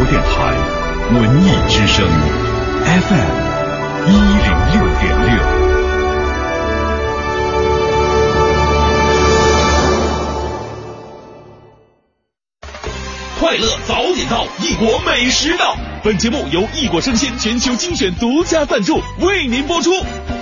电台文艺之声 FM106.6。 快乐早点到，异国美食到。本节目由异国生鲜全球精选独家赞助，为您播出。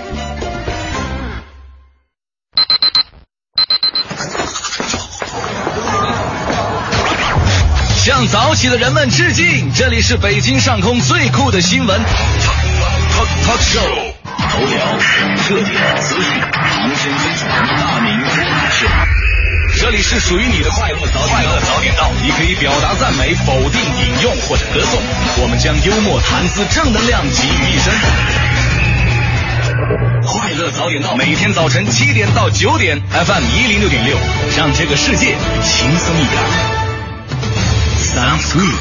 向早起的人们致敬，这里是北京上空最酷的新闻 Talk Show， 头条、热点、资讯、长声分享，大明脱口秀。这里是属于你的快乐早点到，你可以表达赞美、否定、引用或者歌颂，我们将幽默、谈资、正能量集于一身。快乐早点到，每天早晨7点到9点 FM106.6， 让这个世界轻松一点。Sounds good。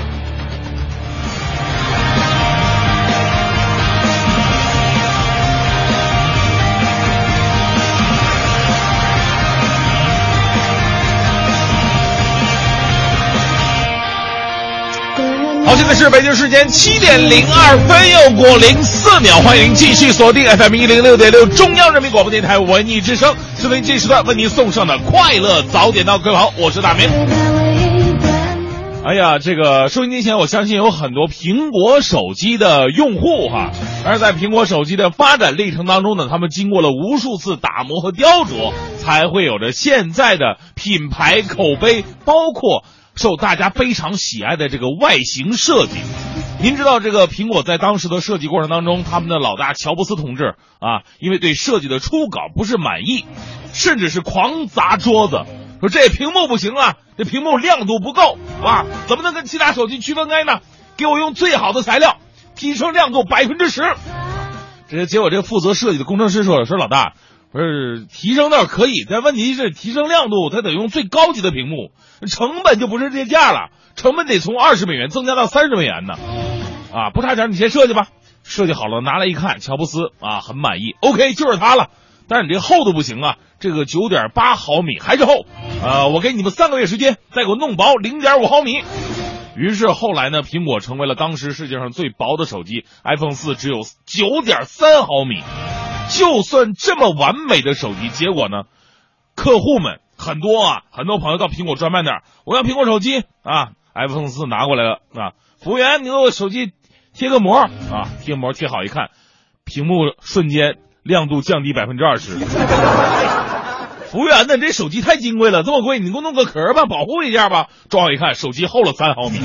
好，现在是北京时间7点02分，又过04秒，欢迎继续锁定 FM106.6 中央人民广播电台文艺之声，是为这时段为您送上的快乐早点到。各位好，我是大明。哎呀，这个收音机前我相信有很多苹果手机的用户哈，而在苹果手机的发展历程当中呢，他们经过了无数次打磨和雕琢，才会有着现在的品牌口碑，包括受大家非常喜爱的这个外形设计。您知道这个苹果在当时的设计过程当中，他们的老大乔布斯同志啊，因为对设计的初稿不是满意，甚至是狂砸桌子，说这屏幕不行啊，这屏幕亮度不够啊，怎么能跟其他手机区分开呢？给我用最好的材料，提升亮度10%。这结果这个负责设计的工程师说老大，不是提升倒是可以，但问题是提升亮度它得用最高级的屏幕，成本就不是这价了，成本得从20美元增加到30美元呢。啊，不差钱，你先设计吧。设计好了拿来一看，乔布斯啊很满意 ，OK 就是它了。但是你这厚度不行啊，这个9.8毫米还是厚，我给你们3个月时间，再给我弄薄0.5毫米。于是后来呢，苹果成为了当时世界上最薄的手机 ，iPhone 4只有9.3毫米。就算这么完美的手机，结果呢，客户们很多朋友到苹果专卖那儿，我要苹果手机啊 ，iPhone 4拿过来了啊，服务员，你给我手机贴个膜啊，贴膜贴好一看，屏幕瞬间亮度降低20%。服务员呢，这手机太金贵了，这么贵，你给我弄个壳吧，保护一下吧。装好一看，手机厚了3毫米。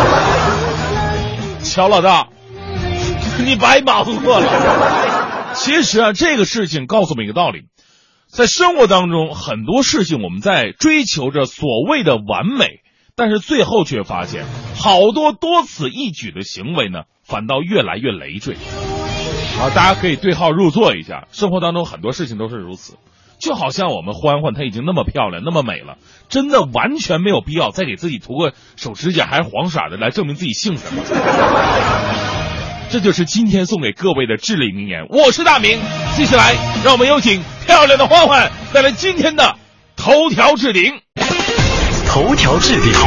乔老大，你白忙活了。其实啊，这个事情告诉我们一个道理，在生活当中，很多事情我们在追求着所谓的完美，但是最后却发现，好多多此一举的行为呢，反倒越来越累赘。啊，大家可以对号入座一下，生活当中很多事情都是如此。就好像我们欢欢她已经那么漂亮那么美了，真的完全没有必要再给自己涂个手指甲还是黄色的来证明自己姓什么。这就是今天送给各位的至理名言。我是大明，接下来让我们有请漂亮的欢欢带来今天的头条置顶。 头条置顶。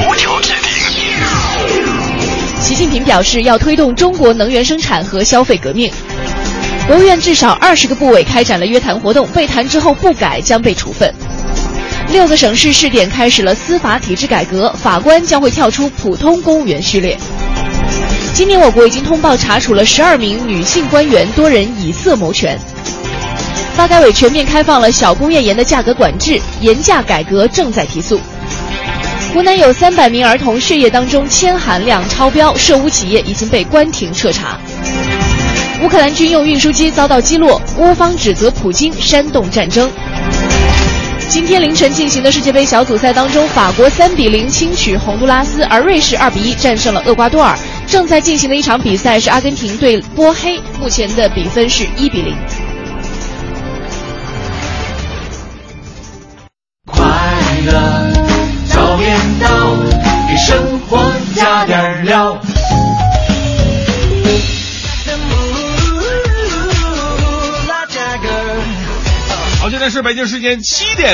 习近平表示要推动中国能源生产和消费革命。国务院至少20个部委开展了约谈活动，被谈之后不改将被处分。6个省市试点开始了司法体制改革，法官将会跳出普通公务员序列。今年我国已经通报查处了12名女性官员，多人以色谋权。发改委全面开放了小工业盐的价格管制，盐价改革正在提速。湖南有300名儿童血液当中铅含量超标，涉污企业已经被关停彻查。乌克兰军用运输机遭到击落，乌方指责普京煽动战争。今天凌晨进行的世界杯小组赛当中，法国3-0轻取洪都拉斯，而瑞士2-1战胜了厄瓜多尔。正在进行的一场比赛是阿根廷对波黑，目前的比分是1-0。 快乐早点到，给生活加点料。 好，现在在是北京时间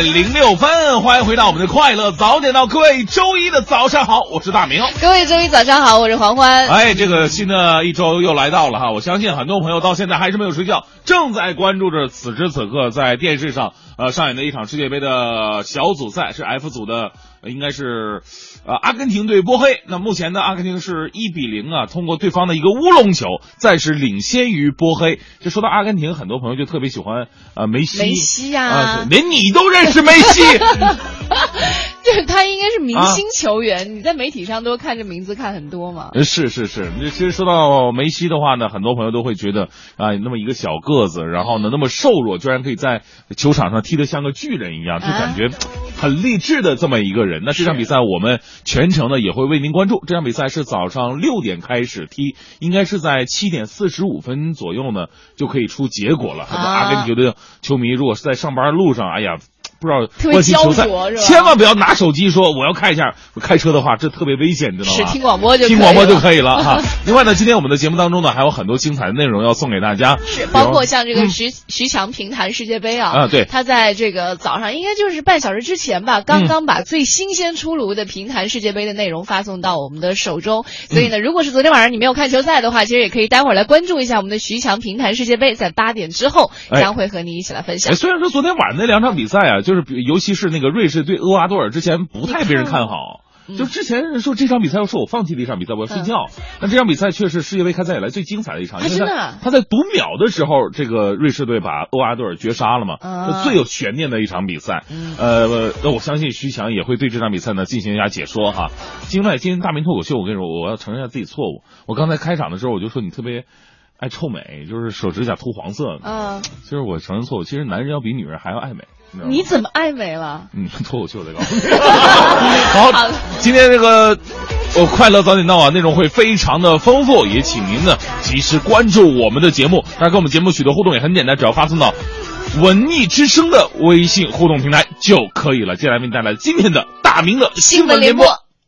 7:06，欢迎回到我们的快乐早点到，各位周一的早上好，我是大明。 各位周一早上好，我是黄欢。 哎，这个新的一周又来到了哈，我相信很多朋友到现在还是没有睡觉，正在关注着此时此刻在电视上上演的一场世界杯的小组赛，是 F 组的，应该是阿根廷对波黑。那目前呢，阿根廷是1-0啊，通过对方的一个乌龙球，暂时领先于波黑。就说到阿根廷，很多朋友就特别喜欢梅西呀， 连你都认识梅西。 对，他应该是明星球员，你在媒体上都看这名字看很多嘛。 是。其实说到梅西的话呢，很多朋友都会觉得那么一个小个子，然后呢那么瘦弱，居然可以在球场上踢得像个巨人一样，就感觉很励志的这么一个人。那这场比赛我们全程呢也会为您关注。这场比赛是早上6点开始踢，应该是在7点45分左右呢就可以出结果了。很多阿根廷的球迷如果是在上班路上，哎呀，不知道关心球赛，千万不要拿手机说我要看一下。开车的话，这特别危险，知道吗？ 是听广播就可以了哈。另外呢，今天我们的节目当中呢，还有很多精彩的内容要送给大家， 是包括像这个徐强评弹世界杯对， 他在这个早上应该就是半小时之前吧，刚刚把最新鲜出炉的评弹世界杯的内容发送到我们的手中。所以呢，如果是昨天晚上你没有看球赛的话，其实也可以待会儿来关注一下我们的徐强评弹世界杯，在8点之后将会和你一起来分享。 虽然说昨天晚上那两场比赛啊，就是尤其是那个瑞士对厄瓜多尔之前不太被人看好。就之前说这场比赛说我放弃了一场比赛，我要睡觉。那这场比赛却是世界杯开赛以来最精彩的一场，因为他在读秒的时候，这个瑞士队把厄瓜多尔绝杀了嘛，最有悬念的一场比赛。那我相信徐强也会对这场比赛呢进行一下解说哈。今天大明脱口秀，我跟你说，我要承认一下自己错误。我刚才开场的时候我就说你特别爱臭美，就是手指甲涂黄色。其实我承认错误，其实男人要比女人还要爱美。 你怎么爱美了？ 脱口秀在告诉你。好，今天这个快乐早点到啊，内容会非常的丰富，也请您呢及时关注我们的节目。大家跟我们节目取得互动也很简单，只要发送到文艺之声的微信互动平台就可以了。接下来为您带来今天的大明的新闻联播。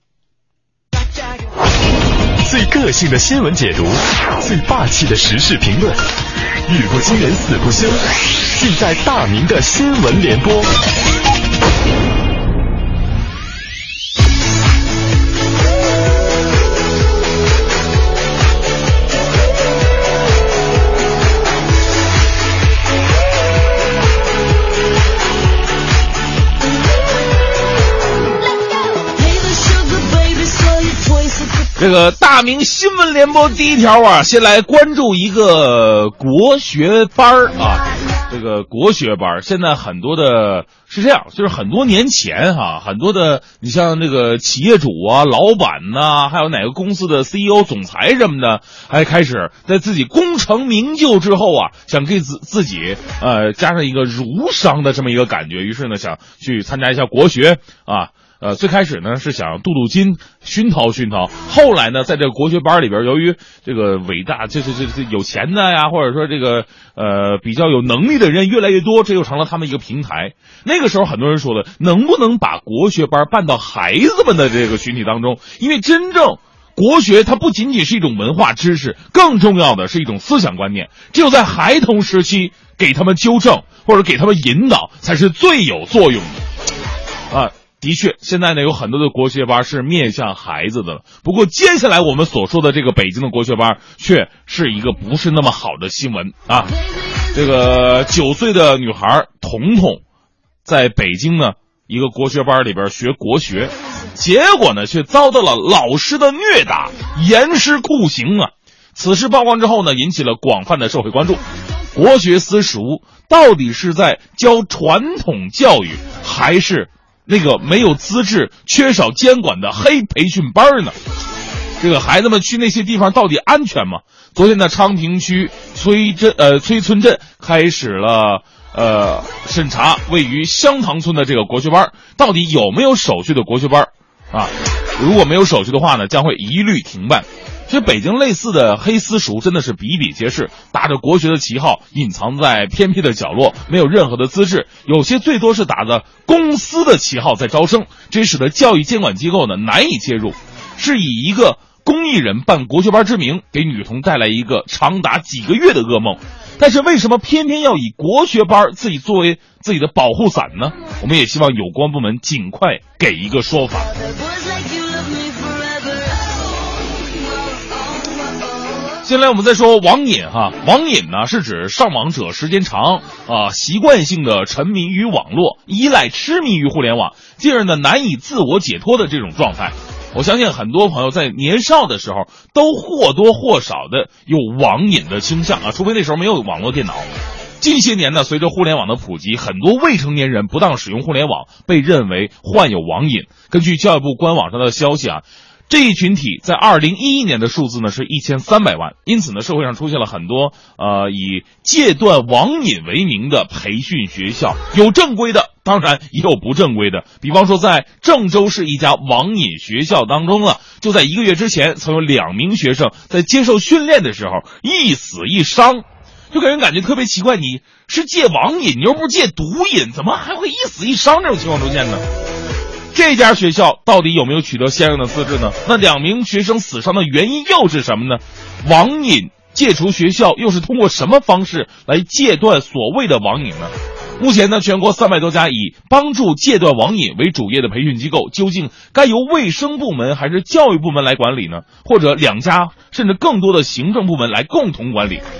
最个性的新闻解读，最霸气的时事评论，语不惊人死不休，尽在大明的新闻联播。 这个大明新闻联播第一条啊，先来关注一个国学班这个国学班现在很多的是这样，就是很多年前很多的你像这个企业主啊、老板呐，还有哪个公司的 CEO 总裁什么的，还开始在自己功成名就之后想给自己加上一个儒商的这么一个感觉，于是呢想去参加一下国学最开始呢是想镀金熏陶，后来呢在这个国学班里边，由于这个伟大这有钱的呀，或者说这个比较有能力的人越来越多，这又成了他们一个平台。那个时候很多人说了，能不能把国学班办到孩子们的这个群体当中，因为真正国学它不仅仅是一种文化知识，更重要的是一种思想观念，只有在孩童时期给他们纠正或者给他们引导才是最有作用的的确，现在呢有很多的国学班是面向孩子的了。不过接下来我们所说的这个北京的国学班，却是一个不是那么好的新闻这个9岁的女孩彤彤，在北京呢一个国学班里边学国学，结果呢却遭到了老师的虐打，严师酷刑此事曝光之后呢，引起了广泛的社会关注。国学私塾到底是在教传统教育，还是那个没有资质、缺少监管的黑培训班呢？这个孩子们去那些地方到底安全吗？昨天的昌平区崔村镇开始了审查位于香塘村的这个国学班，到底有没有手续的国学班如果没有手续的话呢，将会一律停办。其实北京类似的黑私塾真的是比比皆是，打着国学的旗号，隐藏在偏僻的角落，没有任何的资质，有些最多是打着公司的旗号在招生，这使得教育监管机构呢难以介入，是以一个公益人办国学班之名，给女童带来一个长达几个月的噩梦。 但是为什么偏偏要以国学班自己作为自己的保护伞呢？我们也希望有关部门尽快给一个说法。接下来我们再说网瘾哈，网瘾呢是指上网者时间长习惯性的沉迷于网络，依赖痴迷于互联网，进而呢难以自我解脱的这种状态。我相信很多朋友在年少的时候都或多或少的有网瘾的倾向除非那时候没有网络电脑。近些年呢，随着互联网的普及，很多未成年人不当使用互联网，被认为患有网瘾。根据教育部官网上的消息这一群体在2011年的数字呢是1300万，因此呢社会上出现了很多以戒断网瘾为名的培训学校，有正规的，当然也有不正规的。比方说在郑州市一家网瘾学校当中就在1个月之前，曾有2名学生在接受训练的时候一死一伤，就给人感觉特别奇怪，你是戒网瘾，你又不是戒毒瘾，怎么还会一死一伤这种情况出现呢？这家学校到底有没有取得相应的资质呢？那2名学生死伤的原因又是什么呢？网瘾戒除学校又是通过什么方式来戒断所谓的网瘾呢？目前呢，全国300多家以帮助戒断网瘾为主业的培训机构，究竟该由卫生部门还是教育部门来管理呢？或者2家甚至更多的行政部门来共同管理？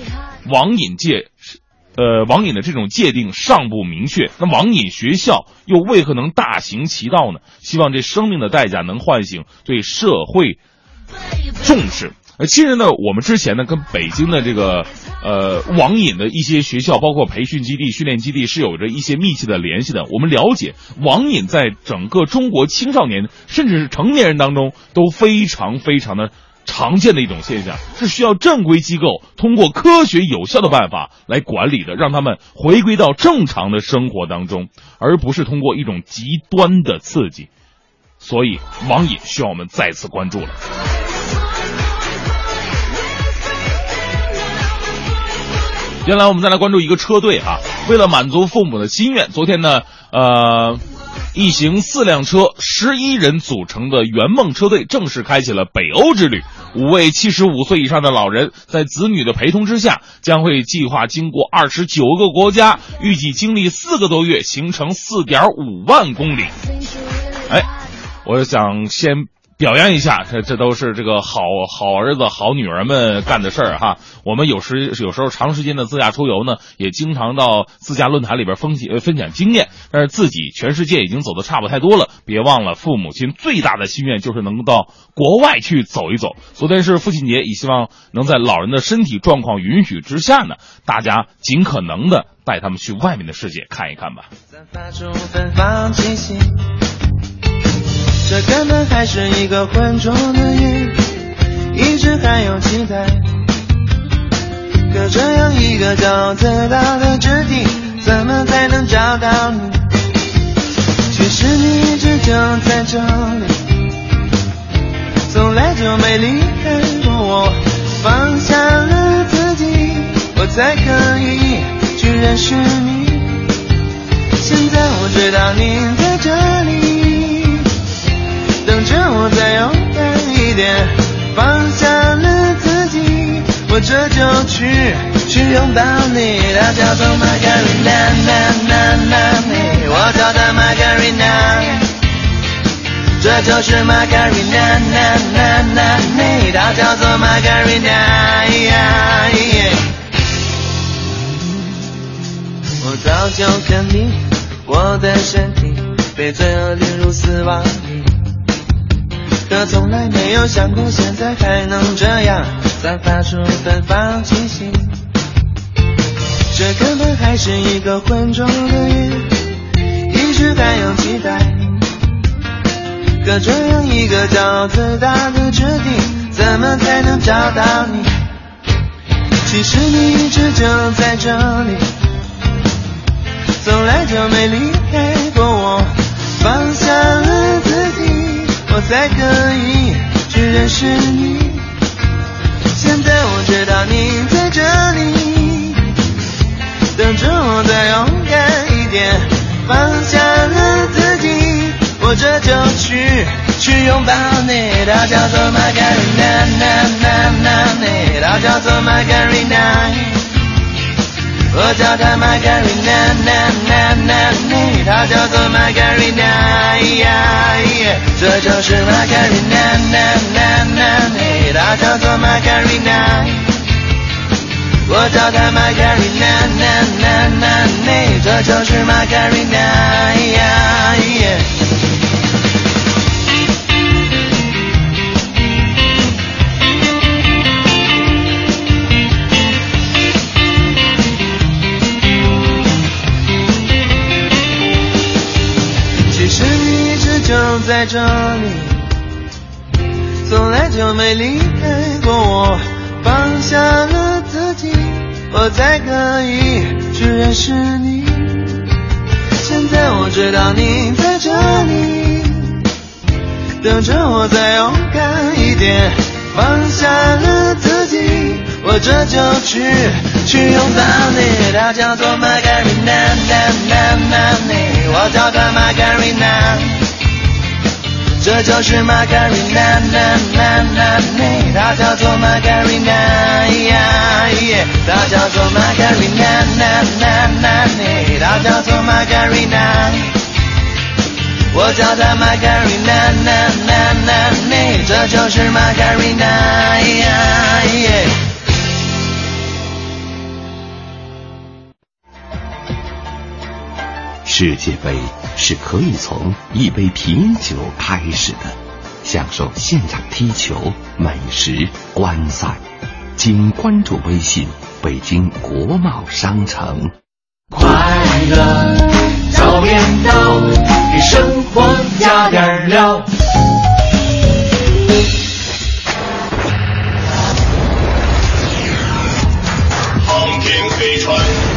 网瘾的这种界定尚不明确，那网瘾学校又为何能大行其道呢？希望这生命的代价能唤醒对社会重视。其实呢，我们之前呢跟北京的这个网瘾的一些学校，包括培训基地、训练基地是有着一些密切的联系的。我们了解，网瘾在整个中国青少年甚至是成年人当中都非常非常的常见的一种现象，是需要正规机构通过科学有效的办法来管理的，让他们回归到正常的生活当中，而不是通过一种极端的刺激。所以网瘾需要我们再次关注了。接下来我们再来关注一个车队为了满足父母的心愿，昨天呢一行4辆车11人组成的圆梦车队正式开启了北欧之旅。5位75岁以上的老人在子女的陪同之下，将会计划经过29个国家，预计经历4个多月，行程4.5万公里。我想先表扬一下，这都是这个好儿子好女儿们干的事儿我们有时候长时间的自驾出游呢，也经常到自驾论坛里边分享经验，但是自己全世界已经走得差不太多了，别忘了父母亲最大的心愿就是能到国外去走一走。昨天是父亲节，也希望能在老人的身体状况允许之下呢，大家尽可能的带他们去外面的世界看一看吧。 这根本还是一个浑浊的夜，一直还有期待，可这样一个叫最大的肢体，怎么才能找到你？其实你一直就在这里，从来就没离开过我，放下了自己，我才可以去认识你。现在我知道你在这里，等着我再勇敢一点，放下了自己，我这就去拥抱你。它叫做 Margarina， 我叫它 Margarina， 这就是 Margarina， 它叫做 Margarina。 我早就肯定我的身体被罪恶领入死亡里，可从来没有想过现在还能这样散发出芬芳气息。这根本还是一个浑浊的夜，一直还有期待，可这样一个骄傲自大的肢体，怎么才能找到你？其实你一直就在这里，从来就没离开过我，放下了自己，我才可以去认识你。现在我知道你在这里，等着我再勇敢一点，放下了自己，我这就去拥抱你。它叫做 Margarina， 它叫做 Margarina， 我叫她 Margarina， 她叫做 Margarina， 这就是 Margarina， 她叫做 Margarina， 我叫她 Margarina， 这就是 Margarina。其实你一直就在这里，从来就没离开过我，放下了自己，我才可以去认识你。现在我知道你在这里，等着我再勇敢一点，放下了自己，我这就去拥抱你。她叫做 Margarina， 我叫她 Margarina， 这就是 Margarina， 她叫做 Margarina， 她叫做 Margarina， 她叫做 Margarina， 我叫她 Margarina， 这就是 Margarina。 世界杯是可以从一杯啤酒开始的，享受现场踢球、美食、观赛。请关注微信北京国贸商城。 快乐早点到，给生活加点料。 航天飞船。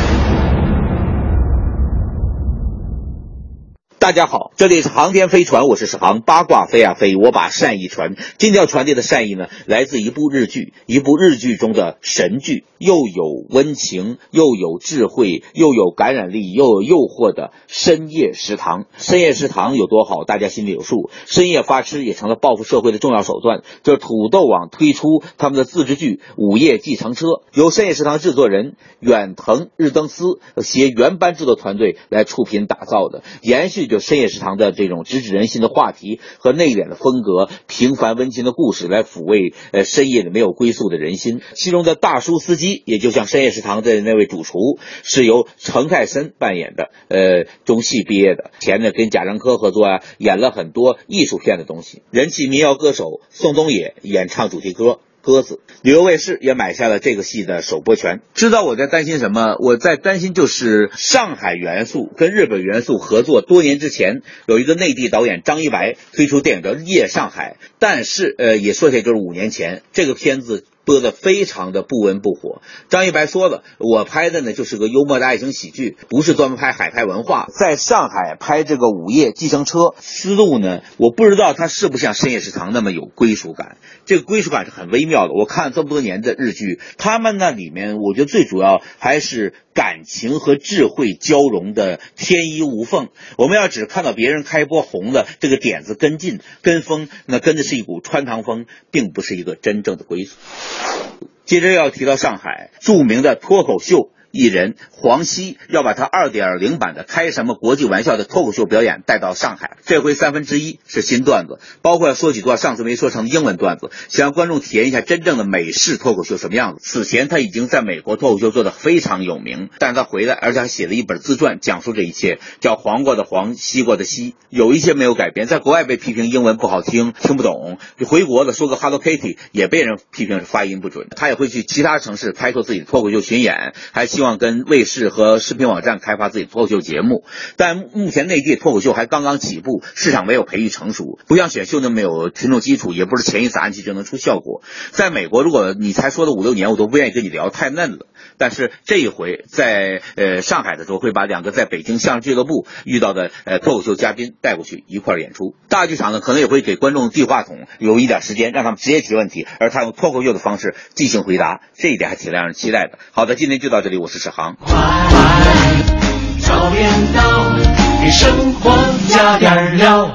大家好，这里是航天飞船，我是史航。八卦飞啊飞，我把善意传。今天要传递的善意呢，来自一部日剧中的神剧，又有温情，又有智慧，又有感染力，又有诱惑的深夜食堂。深夜食堂有多好，大家心里有数。深夜发吃也成了报复社会的重要手段。这土豆网推出他们的自制剧《午夜计程车》，由深夜食堂制作人远藤日登司携原班制作团队来出品打造的，延续就深夜食堂的这种直指人心的话题和内敛的风格，平凡温情的故事来抚慰深夜的没有归宿的人心。其中的大叔司机，也就像深夜食堂的那位主厨，是由程泰森扮演的，中戏毕业的，前呢跟贾樟柯合作啊，演了很多艺术片的东西。人气民谣歌手宋冬野演唱主题歌鸽子，旅游卫视也买下了这个戏的首播权。知道我在担心什么？我在担心就是上海元素跟日本元素合作多年之前，有一个内地导演张一白推出电影叫《夜上海》，但是也说起来就是5年前，这个片子播得非常的不温不火。张一白说了，我拍的呢就是个幽默的爱情喜剧，不是专门拍海派文化。在上海拍这个午夜计程车，思路呢，我不知道它是不是像深夜食堂那么有归属感。这个归属感是很微妙的。我看了这么多年的日剧，他们那里面我觉得最主要还是感情和智慧交融的天衣无缝。我们要只看到别人开播红了，这个点子跟进跟风，那跟的是一股穿堂风，并不是一个真正的归属。接着要提到上海著名的脱口秀艺人黄西，要把他 2.0 版的开什么国际玩笑的脱口秀表演带到上海，这回1/3是新段子，包括要说几段上次没说成的英文段子，想让观众体验一下真正的美式脱口秀什么样子。此前他已经在美国脱口秀做得非常有名，但是他回来，而且还写了一本自传讲述这一切，叫黄瓜的黄，西瓜的西。有一些没有改编，在国外被批评英文不好听，听不懂，回国了说个 Hello Kitty 也被人批评是发音不准。他也会去其他城市开拓自己的脱口秀巡演，还希望跟卫视和视频网站开发自己的脱口秀节目。但目前内地脱口秀还刚刚起步，市场没有培育成熟，不像选秀那么有群众基础，也不是前一次按期就能出效果。在美国，如果你才说了5-6年，我都不愿意跟你聊，太嫩了。但是这一回在上海的时候，会把2个在北京相声俱乐部遇到的脱口秀嘉宾带过去一块演出。大剧场呢，可能也会给观众递话筒，有一点时间让他们直接提问题，而他用脱口秀的方式即兴回答，这一点还挺让人期待的。好的，今天就到这里，我是史航。 快早点到，给生活加点料。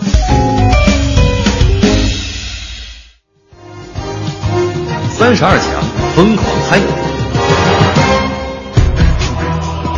32强疯狂参与。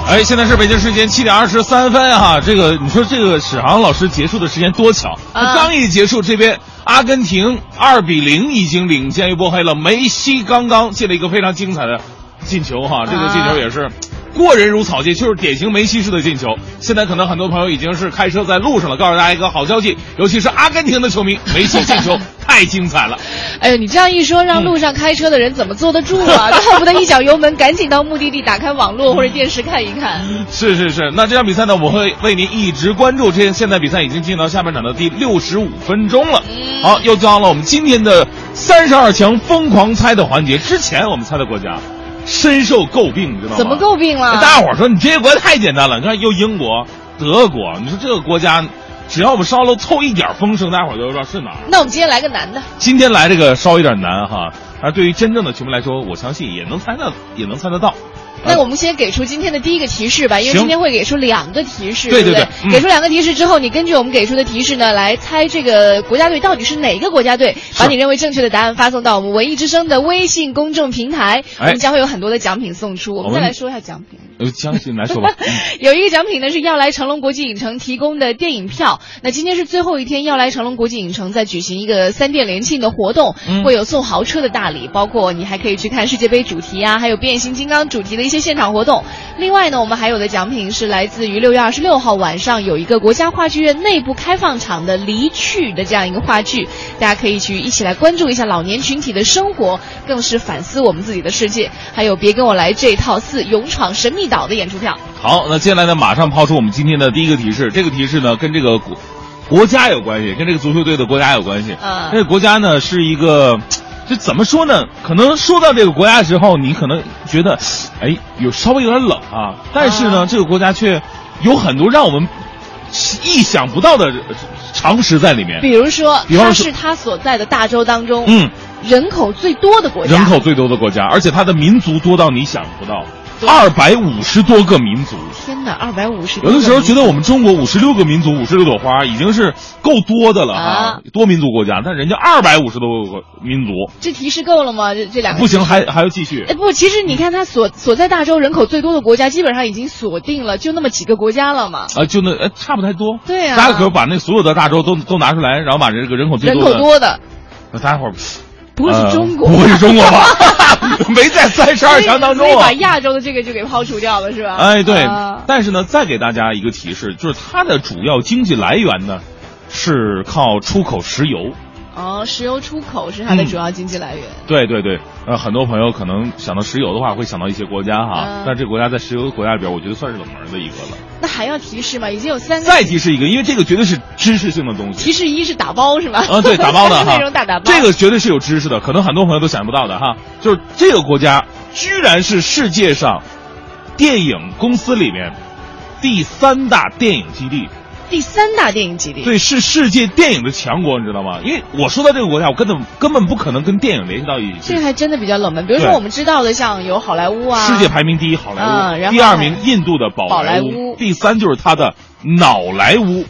哎，现在是北京时间7点23分哈，这个你说这个史航老师结束的时间多巧，他刚一结束，这边阿根廷2-0已经领先于波黑了，梅西刚刚进了一个非常精彩的进球哈，这个进球也是过人如草芥，就是典型梅西式的进球。现在可能很多朋友已经是开车在路上了，告诉大家一个好消息，尤其是阿根廷的球迷，梅西进球太精彩了。 哎呦，你这样一说，让路上开车的人怎么坐得住啊？都恨不得一脚油门，赶紧到目的地，打开网络或者电视看一看。 是，那这场比赛呢，我会为您一直关注。现在比赛已经进到下半场的第65分钟了。好，又到了我们今天的32强疯狂猜的环节。之前我们猜的国家深受诟病，你知道吗？ 怎么诟病了？ 大伙儿说你这些国家太简单了，你看又英国、德国，你说这个国家，只要我们稍微凑一点风声，大伙儿就知道是哪儿。 那我们今天来个难的。 今天来这个稍有点难哈，而对于真正的球迷来说，我相信也能猜得到。 那我们先给出今天的第一个提示吧，因为今天会给出2个提示， 对不对？给出2个提示之后，你根据我们给出的提示呢，来猜这个国家队到底是哪个国家队，把你认为正确的答案发送到我们文艺之声的微信公众平台，我们将会有很多的奖品送出。我们再来说一下奖品。 将信来说吧。 有一个奖品呢是要来成龙国际影城提供的电影票。那今天是最后一天，要来成龙国际影城在举行一个3店联庆的活动，会有送豪车的大礼，包括你还可以去看世界杯主题啊，还有变形金刚主题的一些现场活动。另外呢，我们还有的奖品是来自于6月26号晚上有一个国家话剧院内部开放场的离去的这样一个话剧，大家可以去一起来关注一下老年群体的生活，更是反思我们自己的世界。还有别跟我来这套4勇闯神秘岛的演出票。 好，那接下来呢，马上抛出我们今天的第一个提示。这个提示呢，跟这个国家有关系，跟这个足球队的国家有关系。这个国家呢是一个，这怎么说呢？可能说到这个国家的时候，你可能觉得，哎，稍微有点冷啊。但是呢，这个国家却有很多让我们意想不到的常识在里面。 比如说它是它所在的大洲当中，人口最多的国家， 而且它的民族多到你想不到。250多个民族， 天哪，250多个民族！ 有的时候觉得我们中国56个民族，56朵花已经是够多的了啊，多民族国家，但人家250多个民族， 这提示够了吗？这2个不行，还要继续。 不，其实你看它所在大洲人口最多的国家，基本上已经锁定了，就那么几个国家了嘛。 就那差不太多。 对啊， 大家可把那所有的大洲都拿出来，然后把这个人口最多的， 大家伙儿。 不会是中国？ 不会是中国吧？没在32强当中所以把亚洲的这个就给抛除掉了，是吧？ 哎，对。但是呢，再给大家一个提示，就是它的主要经济来源呢，是靠出口石油。 石油出口是它的主要经济来源。 对，很多朋友可能想到石油的话，会想到一些国家哈，但这个国家在石油国家里边，我觉得算是冷门的一个了。 那还要提示吗？已经有3个。 再提示一个，因为这个绝对是知识性的东西。 提示1是打包是吧？ 对，打包的哈， 那种打包。 这个绝对是有知识的，可能很多朋友都想不到的哈。就是这个国家居然是世界上电影公司里面第3大电影基地。 第3大电影基地， 对，是世界电影的强国，你知道吗？因为我说到这个国家，我根本不可能跟电影联系到一起。 这个还真的比较冷门，比如说我们知道的，像有好莱坞啊， 世界排名第1好莱坞，第2名印度的宝莱坞，第3就是它的脑莱坞。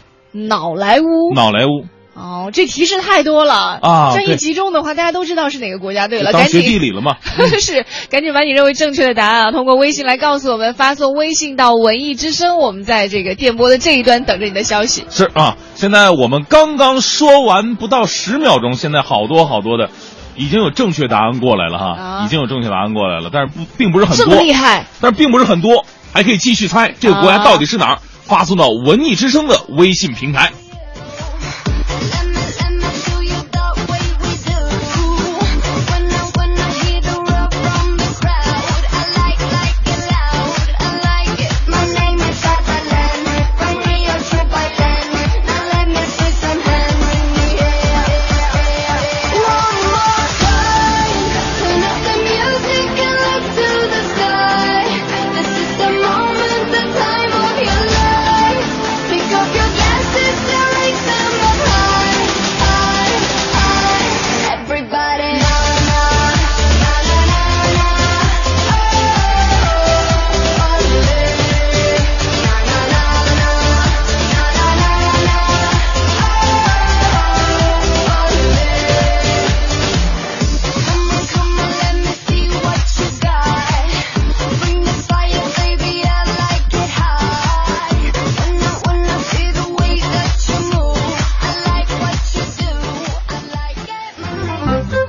这提示太多了啊！ 这一集中的话，大家都知道是哪个国家队了。 当学地理了吗？ 是，赶紧把你认为正确的答案啊，通过微信来告诉我们，发送微信到文艺之声，我们在这个电波的这一端等着你的消息。 是啊，现在我们刚刚说完不到10秒钟，现在好多的已经有正确答案过来了哈，已经有正确答案过来了，但是并不是很多， 这么厉害， 但是并不是很多，还可以继续猜这个国家到底是哪儿，发送到文艺之声的微信平台。 Pick up your glasses.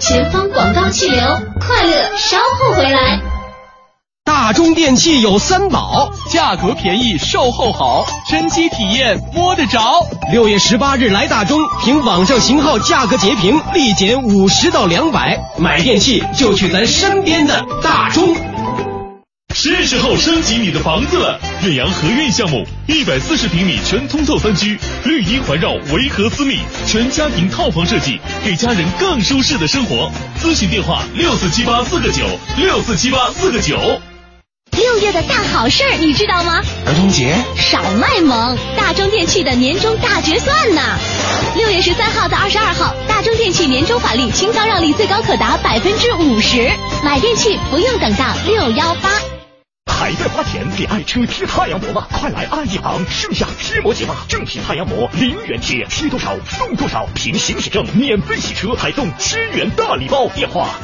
前方广告气流，快乐稍后回来。 大中电器有三宝：价格便宜，售后好，真机体验摸得着。6月18日来大中，凭网上型号价格截屏，立减50到200，买电器就去咱身边的大中。 是时候升级你的房子了！远洋合苑项目，140平米全通透3居，绿荫环绕，维和私密，全家庭套房设计，给家人更舒适的生活。咨询电话647849647849。 6月的大好事儿你知道吗？ 儿童节少卖萌，大中电器的年终大决算呢！6月13号到22号，大中电器年终返利清仓让利最高可达50%，买电器不用等到618。 还在花钱给爱车贴太阳膜吗？快来爱一行盛夏贴膜节吧！正品太阳膜0元贴，贴多少送多少，凭行驶证免费洗车，还送7元大礼包。电话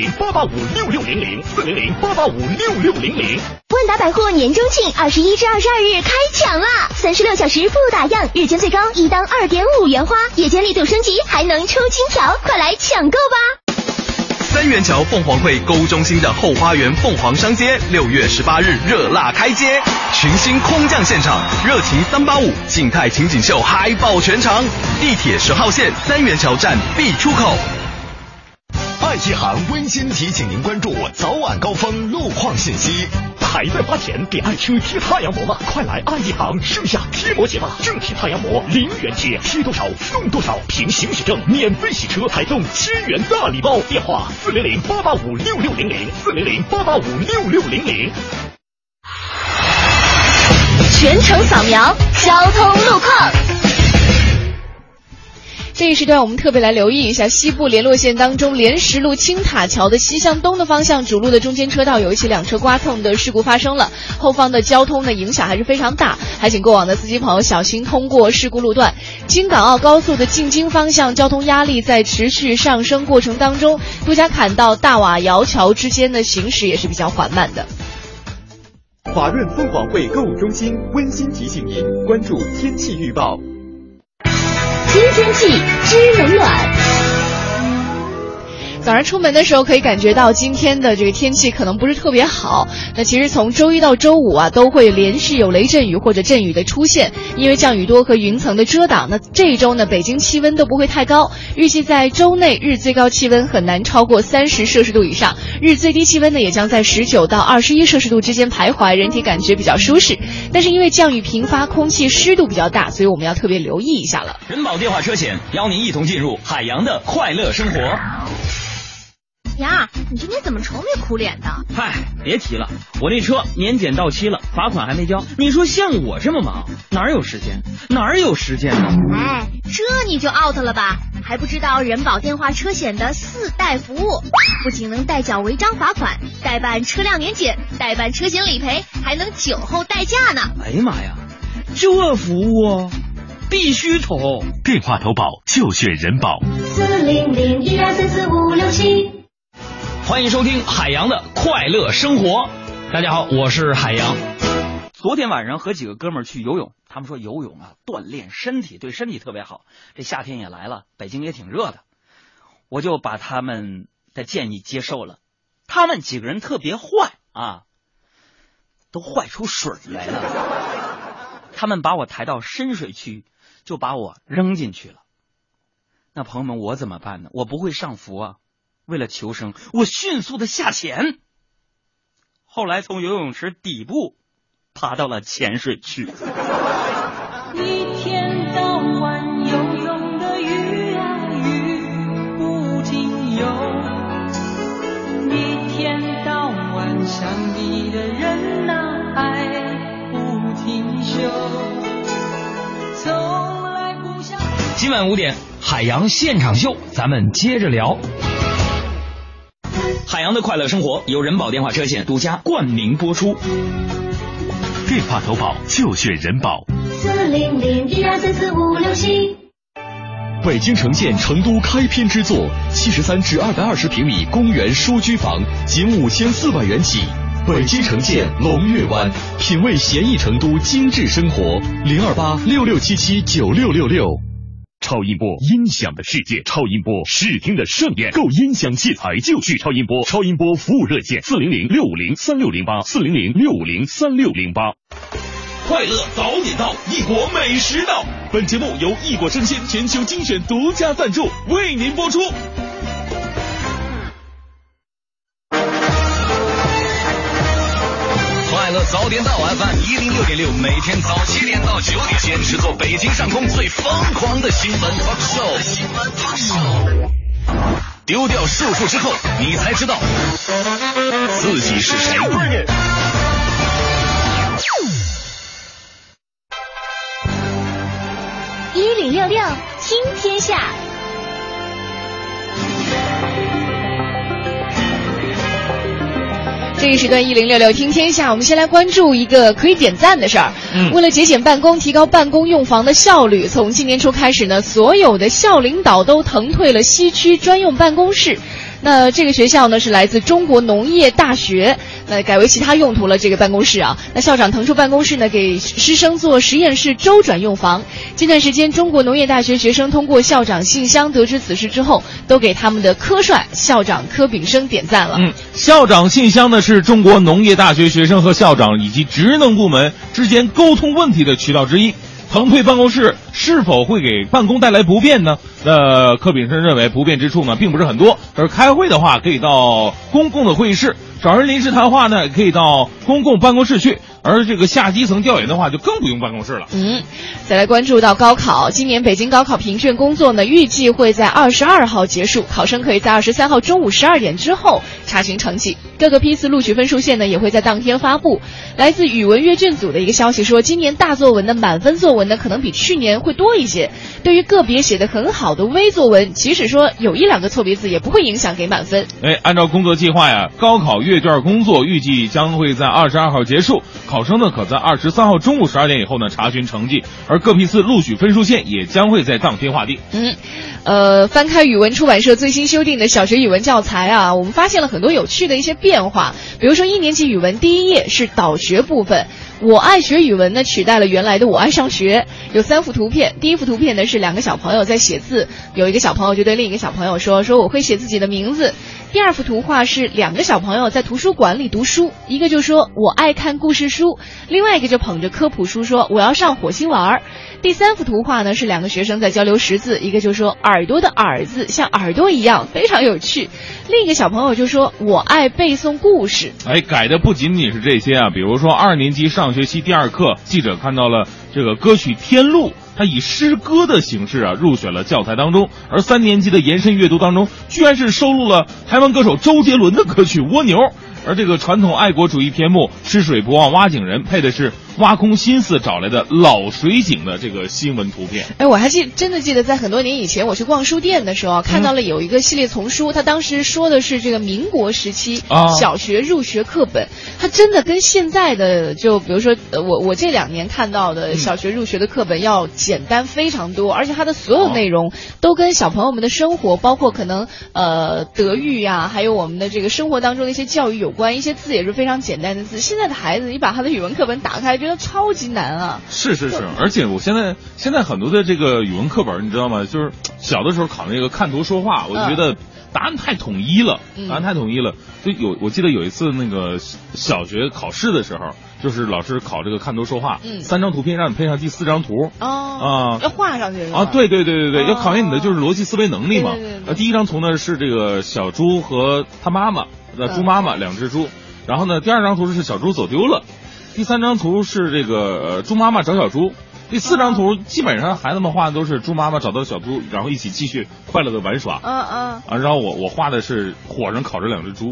400-885-6600，400-885-6600。 万达百货年中庆21至22日开抢啦！36小时不打烊，日间最高1当2.5元花，夜间力度升级，还能抽金条，快来抢购吧！ 三元桥凤凰汇购物中心的后花园凤凰商街6月18日热辣开街，群星空降现场，热情385静态情景秀嗨爆全场，地铁10号线三元桥站 B 出口。 爱一行温馨提醒您关注早晚高峰路况信息。还在花钱给爱车贴太阳膜吗？快来爱一行盛夏贴膜节吧！正品太阳膜0元贴，贴多少送多少，凭行驶证免费洗车，还送7元大礼包。电话400-885-6600，400-885-6600。 全程扫描交通路况。 这一时段我们特别来留意一下西部联络线当中莲石路青塔桥的西向东的方向主路的中间车道有一起2车刮蹭的事故发生了，后方的交通的影响还是非常大，还请过往的司机朋友小心通过事故路段。京港澳高速的进京方向交通压力在持续上升过程当中，杜家坎到大瓦窑桥之间的行驶也是比较缓慢的。 华润凤凰汇购物中心温馨提醒您关注天气预报。 知天气知冷暖。 早上出门的时候可以感觉到今天的这个天气可能不是特别好，那其实从周一到周五啊都会连续有雷阵雨或者阵雨的出现，因为降雨多和云层的遮挡，那这一周呢北京气温都不会太高，预计在周内日最高气温很难超过30摄氏度以上，日最低气温呢也将在19到21摄氏度之间徘徊，人体感觉比较舒适，但是因为降雨频发，空气湿度比较大，所以我们要特别留意一下了。 人保电话车险邀您一同进入海洋的快乐生活。 呀，你今天怎么愁眉苦脸的？ 嗨，别提了，我那车年检到期了，罚款还没交。你说像我这么忙，哪有时间呢？ 哎，这你就 out 了吧？还不知道人保电话车险的4代服务，不仅能代缴违章罚款，代办车辆年检，代办车险理赔，还能酒后代驾呢。 哎呀妈呀，这服务必须投！ 电话投保就选人保。 400-1234567。 欢迎收听海洋的快乐生活。大家好，我是海洋。 昨天晚上和几个哥们儿去游泳，他们说游泳啊锻炼身体，对身体特别好。这夏天也来了，北京也挺热的，我就把他们的建议接受了。他们几个人特别坏啊，都坏出水来了。他们把我抬到深水区，就把我扔进去了。那朋友们，我怎么办呢？我不会上浮啊。为了求生，我迅速的下潜，后来从游泳池底部爬到了浅水区。 一天到晚游泳的鱼啊鱼不停游，一天到晚想你的人啊爱不停休，从来不想。 今晚5点海洋现场秀，咱们接着聊。海洋的快乐生活由人保电话车险独家冠名播出。 电话投保就选人保。 400-1234567。 北京城建成都开篇之作，73至220平米公园书居房，仅5400元起。北京城建龙悦湾，品味闲逸成都精致生活。02866779666。 超音波，音响的世界，超音波，视听的盛宴。购音响器材就去超音波，超音波服务热线400-650-3608，400-650-3608。 快乐早点到，异国美食到。本节目由异国生鲜全球精选独家赞助，为您播出。 快乐早点到 FM106.6，每天早7点到9点，坚持做北京上空最疯狂的新闻 talk show。丢掉束缚之后，你才知道自己是谁。 1066听天下。 这一时段1066听天下，我们先来关注一个可以点赞的事儿。为了节俭办公，提高办公用房的效率，从今年初开始呢，所有的校领导都腾退了西区专用办公室。那这个学校呢是来自中国农业大学，改为其他用途了。这个办公室啊，那校长腾出办公室呢，给师生做实验室周转用房。近段时间，中国农业大学学生通过校长信箱得知此事之后，都给他们的科帅校长柯炳生点赞了。 校长信箱呢是中国农业大学学生和校长以及职能部门之间沟通问题的渠道之一。腾退办公室是否会给办公带来不便呢？柯炳生认为不便之处呢并不是很多，而开会的话可以到公共的会议室，找人临时谈话呢可以到公共办公室去，而这个下基层调研的话就更不用办公室了。 再来关注到高考，今年北京高考评卷工作呢预计会在22号结束，考生可以在23号中午12点之后查询成绩。各个批次录取分数线呢也会在当天发布。来自语文阅卷组的一个消息说，今年大作文的满分作文呢可能比去年会多一些。对于个别写得很好的微作文，即使说有1-2个错别字，也不会影响给满分。 按照工作计划呀，高考阅卷工作预计将会在22号结束，考生呢可在23号中午12点以后呢查询成绩，而各批次录取分数线也将会在当天划定。 翻开语文出版社最新修订的小学语文教材啊，我们发现了很多有趣的一些变化。比如说1年级语文第1页是导学部分，我爱学语文呢取代了原来的我爱上学，有3幅图片。第一幅图片呢是2个小朋友在写字，有一个小朋友就对另一个小朋友说我会写自己的名字。第2幅图画是2个小朋友在图书馆里读书，一个就说我爱看故事书，另外一个就捧着科普书说我要上火星玩。第3幅图画呢是2个学生在交流识字，一个就说耳朵的耳字像耳朵一样非常有趣，另一个小朋友就说我爱背诵故事。 改的不仅仅是这些啊，比如说2年级上学期第2课，记者看到了这个歌曲《天路》，它以诗歌的形式入选了教材当中，而3年级的延伸阅读当中居然是收录了台湾歌手周杰伦的歌曲《蜗牛》，而这个传统爱国主义篇目吃水不忘挖井人配的是挖空心思找来的老水井的这个新闻图片。 我还真的记得在很多年以前我去逛书店的时候看到了有一个系列丛书，它当时说的是这个民国时期小学入学课本，它真的跟现在的就比如说我这2年看到的小学入学的课本要简单非常多，而且它的所有内容都跟小朋友们的生活，包括可能德育呀，还有我们的这个生活当中的一些教育有关，一些字也是非常简单的字。现在的孩子你把他的语文课本打开觉得超级难啊。 是，而且我现在很多的这个语文课本你知道吗，就是小的时候考那个看图说话，我就觉得答案太统一了，就我记得有一次那个小学考试的时候，就是老师考这个看图说话，3张图片让你配上第4张图要画上去对，要考验你的就是逻辑思维能力嘛。第1张图呢是这个小猪和他妈妈猪妈妈2只猪，然后呢第2张图是小猪走丢了，第3张图是这个猪妈妈找小猪，第4张图基本上孩子们画的都是猪妈妈找到小猪，然后一起继续快乐的玩耍。然后我画的是火上烤着2只猪。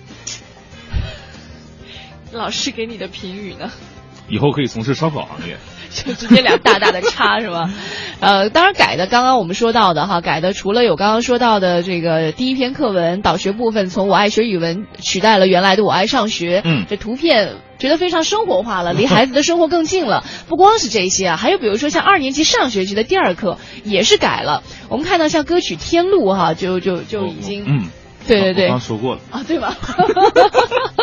老师给你的评语呢？ 以后可以从事烧烤行业。 就直接2大大的叉是吧？当然改的刚刚我们说到的改的除了有刚刚说到的这个第1篇课文导学部分，从我爱学语文取代了原来的我爱上学，这图片觉得非常生活化了，离孩子的生活更近了。不光是这些还有比如说像2年级上学期的第2课也是改了。我们看到像歌曲《天路》就已经对， 我刚说过了对吧？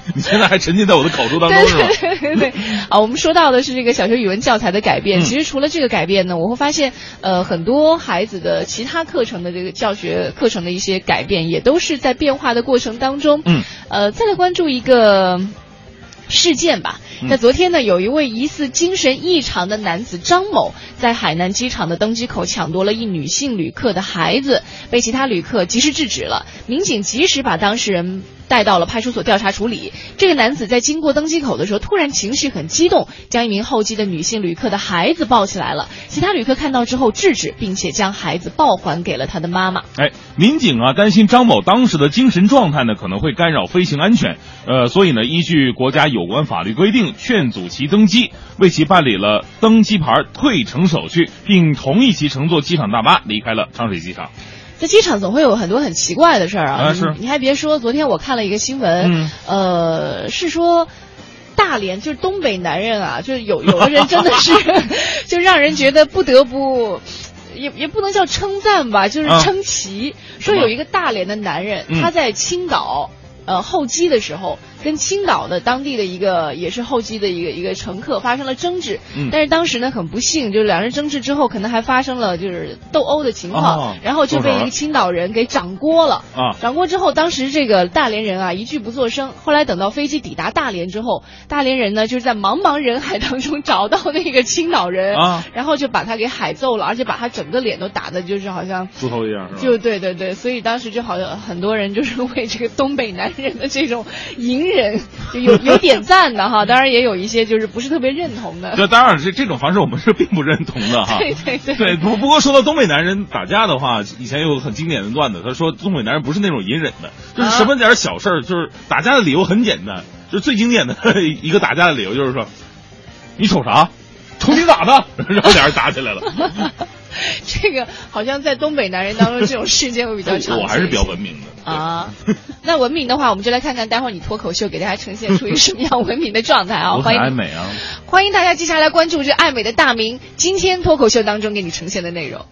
你现在还沉浸在我的口述当中是吗？ 对。我们说到的是这个小学语文教材的改变。其实除了这个改变呢，我会发现，很多孩子的其他课程的这个教学课程的一些改变，也都是在变化的过程当中。再来关注一个事件吧。在昨天呢，有一位疑似精神异常的男子张某，在海南机场的登机口抢夺了一女性旅客的孩子，被其他旅客及时制止了。民警及时把当事人带到了派出所调查处理。这个男子在经过登机口的时候，突然情绪很激动，将一名候机的女性旅客的孩子抱起来了。其他旅客看到之后制止，并且将孩子报还给了他的妈妈。 民警担心张某当时的精神状态呢可能会干扰飞行安全，所以呢依据国家有关法律规定，劝阻其登机，为其办理了登机牌退乘手续，并同意其乘坐机场大巴离开了长水机场。 在机场总会有很多很奇怪的事儿啊！ 是， 你还别说，昨天我看了一个新闻，是说大连就是东北男人啊，就是有的人真的是，就让人觉得不得不，也不能叫称赞吧，就是称奇。说有一个大连的男人，他在青岛候机的时候，跟青岛的当地的一个也是候机的一个乘客发生了争执，但是当时呢很不幸，就是两人争执之后，可能还发生了就是斗殴的情况，然后就被一个青岛人给掌掴了。掌掴之后，当时这个大连人一句不作声。后来等到飞机抵达大连之后，大连人呢就是在茫茫人海当中找到那个青岛人，然后就把他给海揍了，而且把他整个脸都打的就是好像猪头一样，是吧？ 就对，所以当时就好像很多人就是为这个东北男人的这种隐忍就有点赞的哈，当然也有一些就是不是特别认同的。 对，当然这种方式我们是并不认同的哈。对，不过说到东北男人打架的话，以前有个很经典的段子，他说东北男人不是那种隐忍的，就是什么点小事儿，就是打架的理由很简单，就是最经典的一个打架的理由就是说，你瞅啥？瞅你咋的？然后俩人打起来了。 这个好像在东北男人当中，这种事件会比较常见。 我还是比较文明的啊。那文明的话，我们就来看看待会儿你脱口秀给大家呈现出一个什么样文明的状态啊！ 我很爱美啊！ 欢迎大家接下来关注这爱美的大明今天脱口秀当中给你呈现的内容。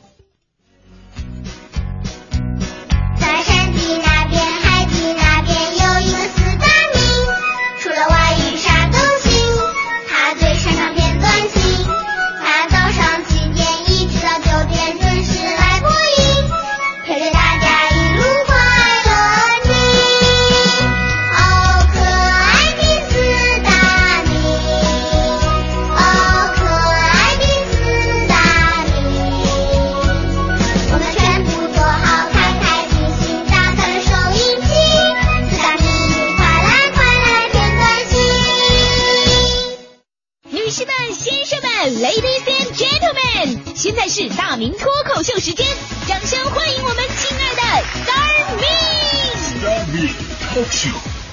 在山地那边，海地那边有一个四大名，除了外语啥都行，他最擅长片段情。他早上7点一直到9点准时来播音，陪着大家一路快乐听。哦，可爱的四大名，哦，可爱的四大名，我们全部坐好，开开心心打开了收音机，四大名快来片段情。 女士们、先生们 ，Ladies and Gentlemen， 现在是大明脱口秀时间，掌声欢迎我们亲爱的 Star Me。 Talk Show。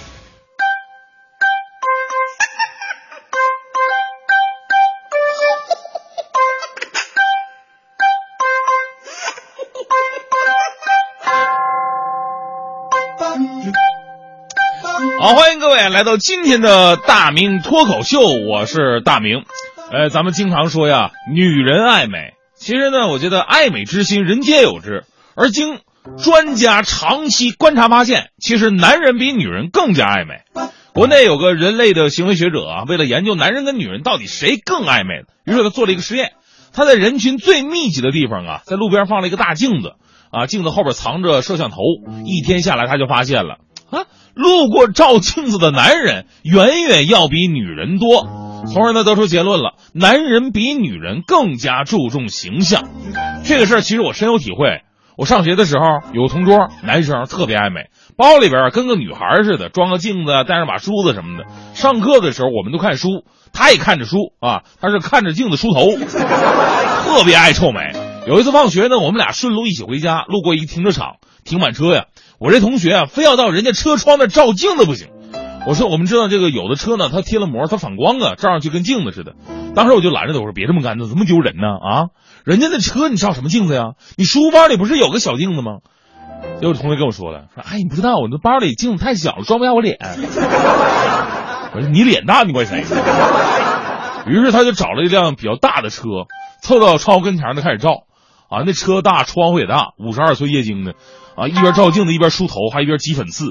好，欢迎各位来到今天的大明脱口秀，我是大明。咱们经常说呀，女人爱美，其实呢，我觉得爱美之心人皆有之，而经专家长期观察发现，其实男人比女人更加爱美。国内有个人类的行为学者为了研究男人跟女人到底谁更爱美，于是他做了一个实验。他在人群最密集的地方在路边放了一个大镜子镜子后边藏着摄像头。一天下来，他就发现了路过照镜子的男人远远要比女人多，从而呢得出结论了，男人比女人更加注重形象。这个事儿其实我深有体会。我上学的时候有个同桌，男生特别爱美，包里边跟个女孩似的，装个镜子，带上把梳子什么的。上课的时候我们都看书，他也看着书他是看着镜子梳头，特别爱臭美。有一次放学呢，我们俩顺路一起回家，路过一个停车场，停满车呀。我这同学非要到人家车窗那照镜子不行。我说我们知道这个有的车呢，它贴了膜，它反光照上去跟镜子似的。当时我就拦着他，我说别这么干，怎么丢人呢人家那车你照什么镜子呀？你书包里不是有个小镜子吗？结果同学跟我说了，说你不知道我那包里镜子太小了，装不下我脸。我说你脸大你怪谁？于是他就找了一辆比较大的车，凑到窗户跟前就开始照那车大，窗户也大，52寸液晶的一边照镜子一边梳头，还一边挤粉刺。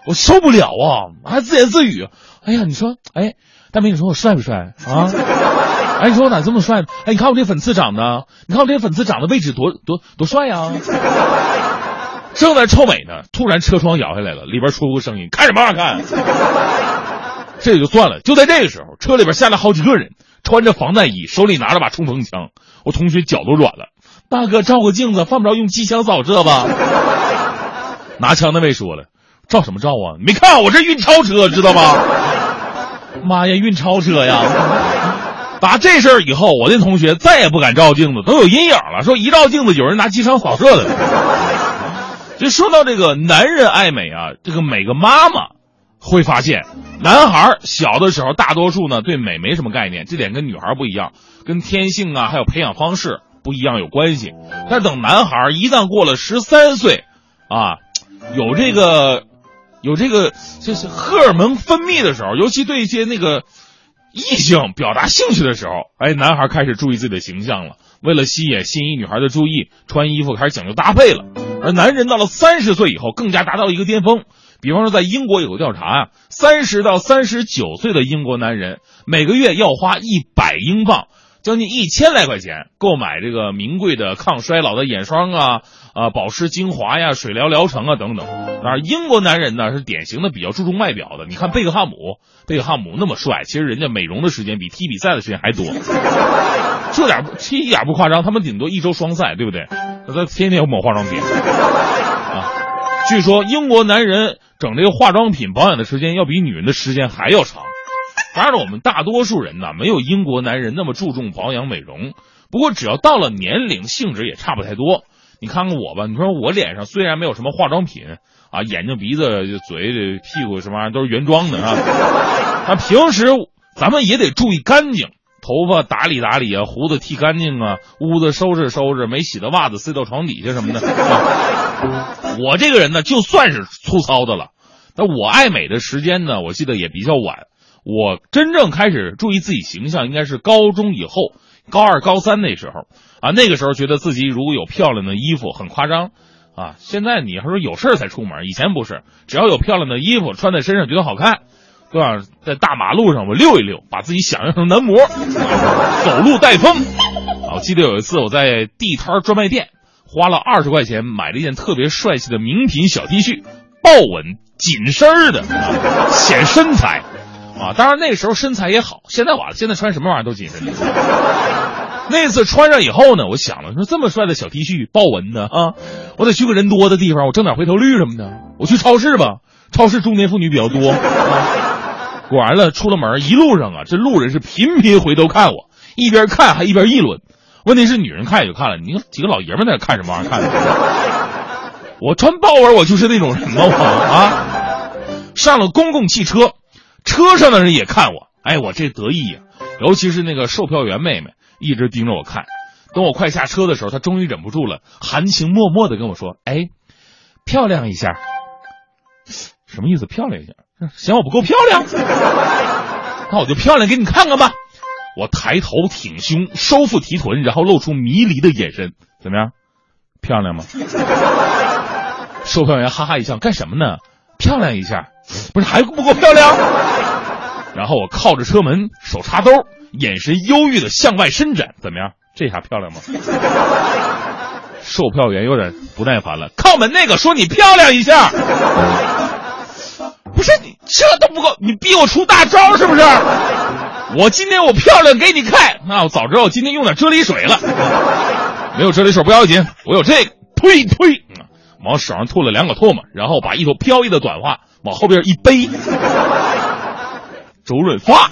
我受不了啊，还自言自语。哎呀，你说，哎，大明，你说我帅不帅啊？哎，你说我咋这么帅？哎，你看我这粉刺长的，你看我这粉刺长的位置多帅呀！正在臭美呢，突然车窗摇下来了，里边出个声音：“看什么看？”这也就算了，就在这个时候，车里边下来好几个人，穿着防弹衣，手里拿着把冲锋枪。我同学脚都软了。大哥，照个镜子，犯不着用机枪扫射吧？拿枪那位说了：“照什么照啊？你没看我这运钞车，知道吗？”妈呀，运钞车呀！打这事儿以后，我那同学再也不敢照镜子，都有阴影了。说一照镜子，有人拿机枪扫射的。就说到这个男人爱美啊，这个每个妈妈会发现，男孩小的时候大多数呢对美没什么概念，这点跟女孩不一样，跟天性啊还有培养方式不一样有关系。但等男孩一旦过了13岁啊，有这个就是荷尔蒙分泌的时候，尤其对一些那个异性表达兴趣的时候，哎，男孩开始注意自己的形象了。为了吸引心仪女孩的注意，穿衣服开始讲究搭配了。而男人到了30岁以后，更加达到一个巅峰。比方说，在英国有个调查啊，30到39岁的英国男人每个月要花100英镑，将近1000来块钱，购买这个名贵的抗衰老的眼霜啊、保湿精华呀、水疗疗程啊等等。而英国男人呢是典型的比较注重外表的。你看贝克汉姆那么帅，其实人家美容的时间比踢比赛的时间还多。这一点不夸张，他们顶多1周双赛，对不对？他天天有抹化妆品啊。据说英国男人整这个化妆品保养的时间要比女人的时间还要长。当然我们大多数人呢没有英国男人那么注重保养美容，不过只要到了年龄，性质也差不太多。你看看我吧，你说我脸上虽然没有什么化妆品啊，眼睛鼻子嘴屁股什么玩意儿都是原装的啊，那平时咱们也得注意干净，头发打理打理啊，胡子剃干净啊，屋子收拾收拾，没洗的袜子塞到床底下什么的我这个人呢就算是粗糙的了，但我爱美的时间呢我记得也比较晚。我真正开始注意自己形象应该是高中以后，高2高3那时候啊，那个时候觉得自己如果有漂亮的衣服很夸张啊。现在你要说有事才出门，以前不是，只要有漂亮的衣服穿在身上觉得好看，对吧？在大马路上我溜一溜，把自己想象成男模，走路带风啊。我记得有一次我在地摊专卖店花了20块钱买了一件特别帅气的名品小 T 恤，豹纹紧身的显身材啊。当然那个时候身材也好，现在完了，现在穿什么玩意儿都紧身那次穿上以后呢，我想了，说这么帅的小 T 恤豹纹的啊，我得去个人多的地方，我挣点回头率什么的。我去超市吧，超市中年妇女比较多啊。果然了，出了门一路上啊，这路人是频频回头看我，一边看还一边议论。问题是女人看也就看了，你几个老爷们在那看什么玩意儿看的？我穿豹纹我就是那种人吗？我啊，上了公共汽车，车上的人也看我，哎，我这得意呀！尤其是那个售票员妹妹一直盯着我看。等我快下车的时候，她终于忍不住了，含情脉脉的跟我说：“哎，漂亮一下。”什么意思？漂亮一下？嫌我不够漂亮？那我就漂亮给你看看吧。我抬头挺胸，收腹提臀，然后露出迷离的眼神。怎么样？漂亮吗？售票员哈哈一笑，干什么呢？漂亮一下，不是还不够漂亮？然后我靠着车门，手插兜，眼神忧郁的向外伸展。怎么样？这下漂亮吗？售票员有点不耐烦了，靠门那个说你漂亮一下。不是你这都不够，你逼我出大招是不是？我今天我漂亮给你看，那我早知道我今天用点啫喱水了。没有啫喱水不要紧，我有这个，推往手上吐了2个唾沫，然后把一头飘逸的短发往后边一背，周润发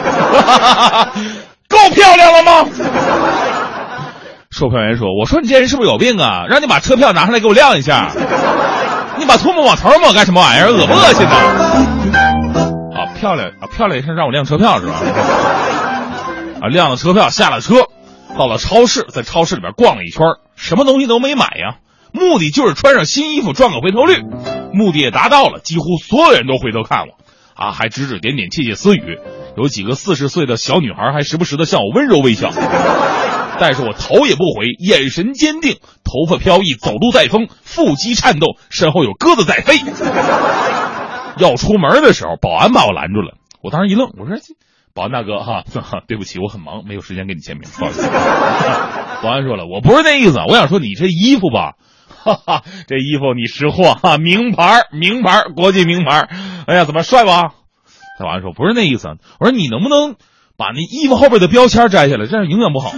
够漂亮了吗？售票员说：“我说你这人是不是有病啊？让你把车票拿上来给我亮一下，你把唾沫往头抹干什么玩意儿？恶不恶心呢？”啊，漂亮啊，漂亮一声让我亮车票是吧？啊，亮了车票，下了车，到了超市，在超市里边逛了一圈，什么东西都没买呀，目的就是穿上新衣服赚个回头率。目的也达到了，几乎所有人都回头看我，啊，还指指点点窃窃私语，有几个40岁的小女孩还时不时的向我温柔微笑。但是我头也不回，眼神坚定，头发飘逸，走路带风，腹肌颤动，身后有鸽子在飞。 要出门的时候，保安把我拦住了。我当时一愣，我说保安大哥哈，对不起，我很忙，没有时间跟你签名，不好意思。保安说了，我不是那意思，我想说你这衣服吧，哈哈，这衣服你识货哈，名牌，国际名牌。哎呀，怎么帅吧？保安说不是那意思，我说你能不能把那衣服后边的标签摘下来，这样影响不好。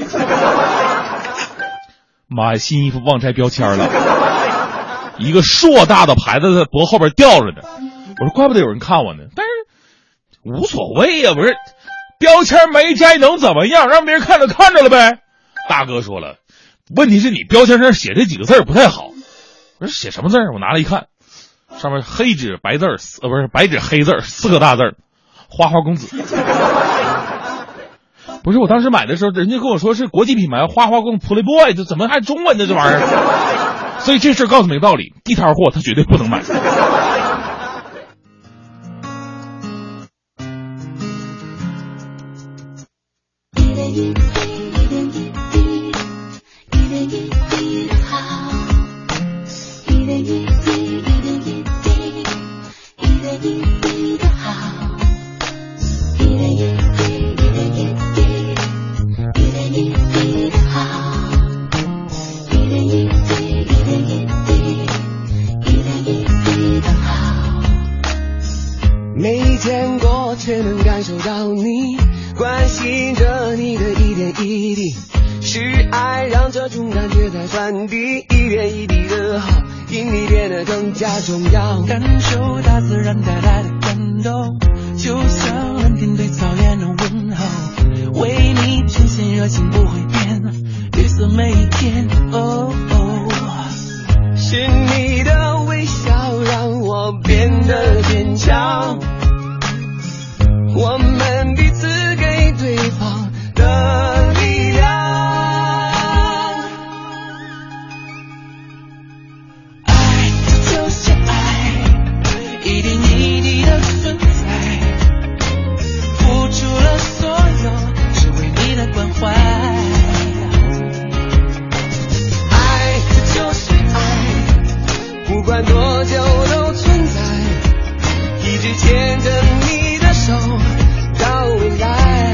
妈呀，新衣服忘摘标签了，一个硕大的牌子在脖后边吊着呢。我说怪不得有人看我呢，但是无所谓呀，不是标签没摘能怎么样？让别人看着了呗。大哥说了，问题是你标签上写这几个字不太好。我说写什么字？我拿来一看，上面黑纸白字不是白纸黑字4个大字，花花公子。不是，我当时买的时候，人家跟我说是国际品牌花花公子 Playboy， 这怎么还中文的这玩意儿？所以这事告诉你个道理，地摊货他绝对不能买。 没见过却能感受到你关心着你的一点一滴，是爱让这种感觉在传递，一点一滴的好因你变得更加重要。感受大自然带来的感动，就像蓝天对草原的问候，为你呈现热情不会变，绿色每一天。哦哦，是你的微笑让我变得坚强，我们彼此给对方的力量。爱就是爱，一点一滴的存在，付出了所有，只为你的关怀。爱就是爱，不管多久都存在，一直牵着你的手到未来。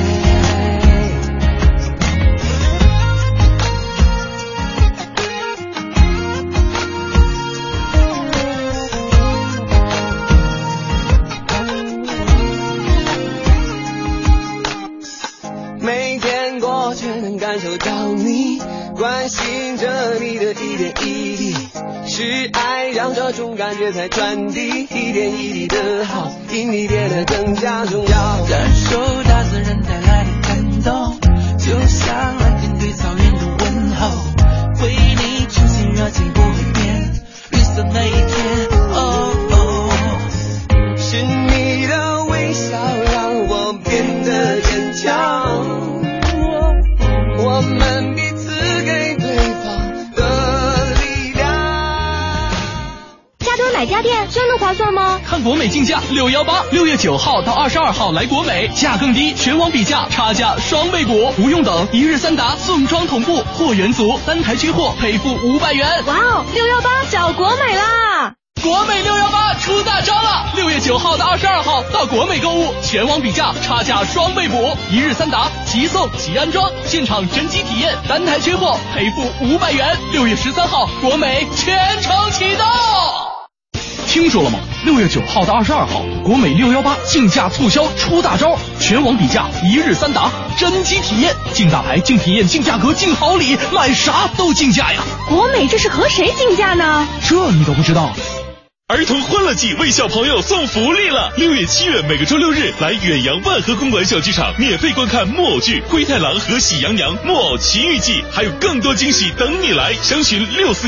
没见过却能感受到你关心着你的一点一滴，是爱让这种感觉在传递，一点一滴的好因你变得更加重要。感受大自然带来的感动，就像蓝天对草原的问候，为你呈现热情不会变，绿色每一天。哦哦，是你的微笑让我变得坚强，我们彼此给对方的力量。 加多买家电真的划算吗？ 看国美竞价618，6月9号到22号来国美，价更低，全网比价，差价双倍补，不用等，1日3达，送装同步，货源足，单台缺货赔付500元。 哇哦，618找国美啦！ 国美618出大招了！6月9号到22号到国美购物，全网比价，差价双倍补，1日3达，即送即安装，现场真机体验，单台缺货赔付500元。6月13号，国美全程启动。听说了吗？6月9号到22号，国美618竞价促销出大招，全网比价，1日3达，真机体验，竞大牌、竞体验、竞价格、竞好礼，买啥都竞价呀！ 国美这是和谁竞价呢？ 这你都不知道？ 儿童欢乐季为小朋友送福利了！6月、7月每个周六日来远洋万和公馆小剧场免费观看木偶剧《灰太狼和喜羊羊木偶奇遇记》，还有更多惊喜等你来！详询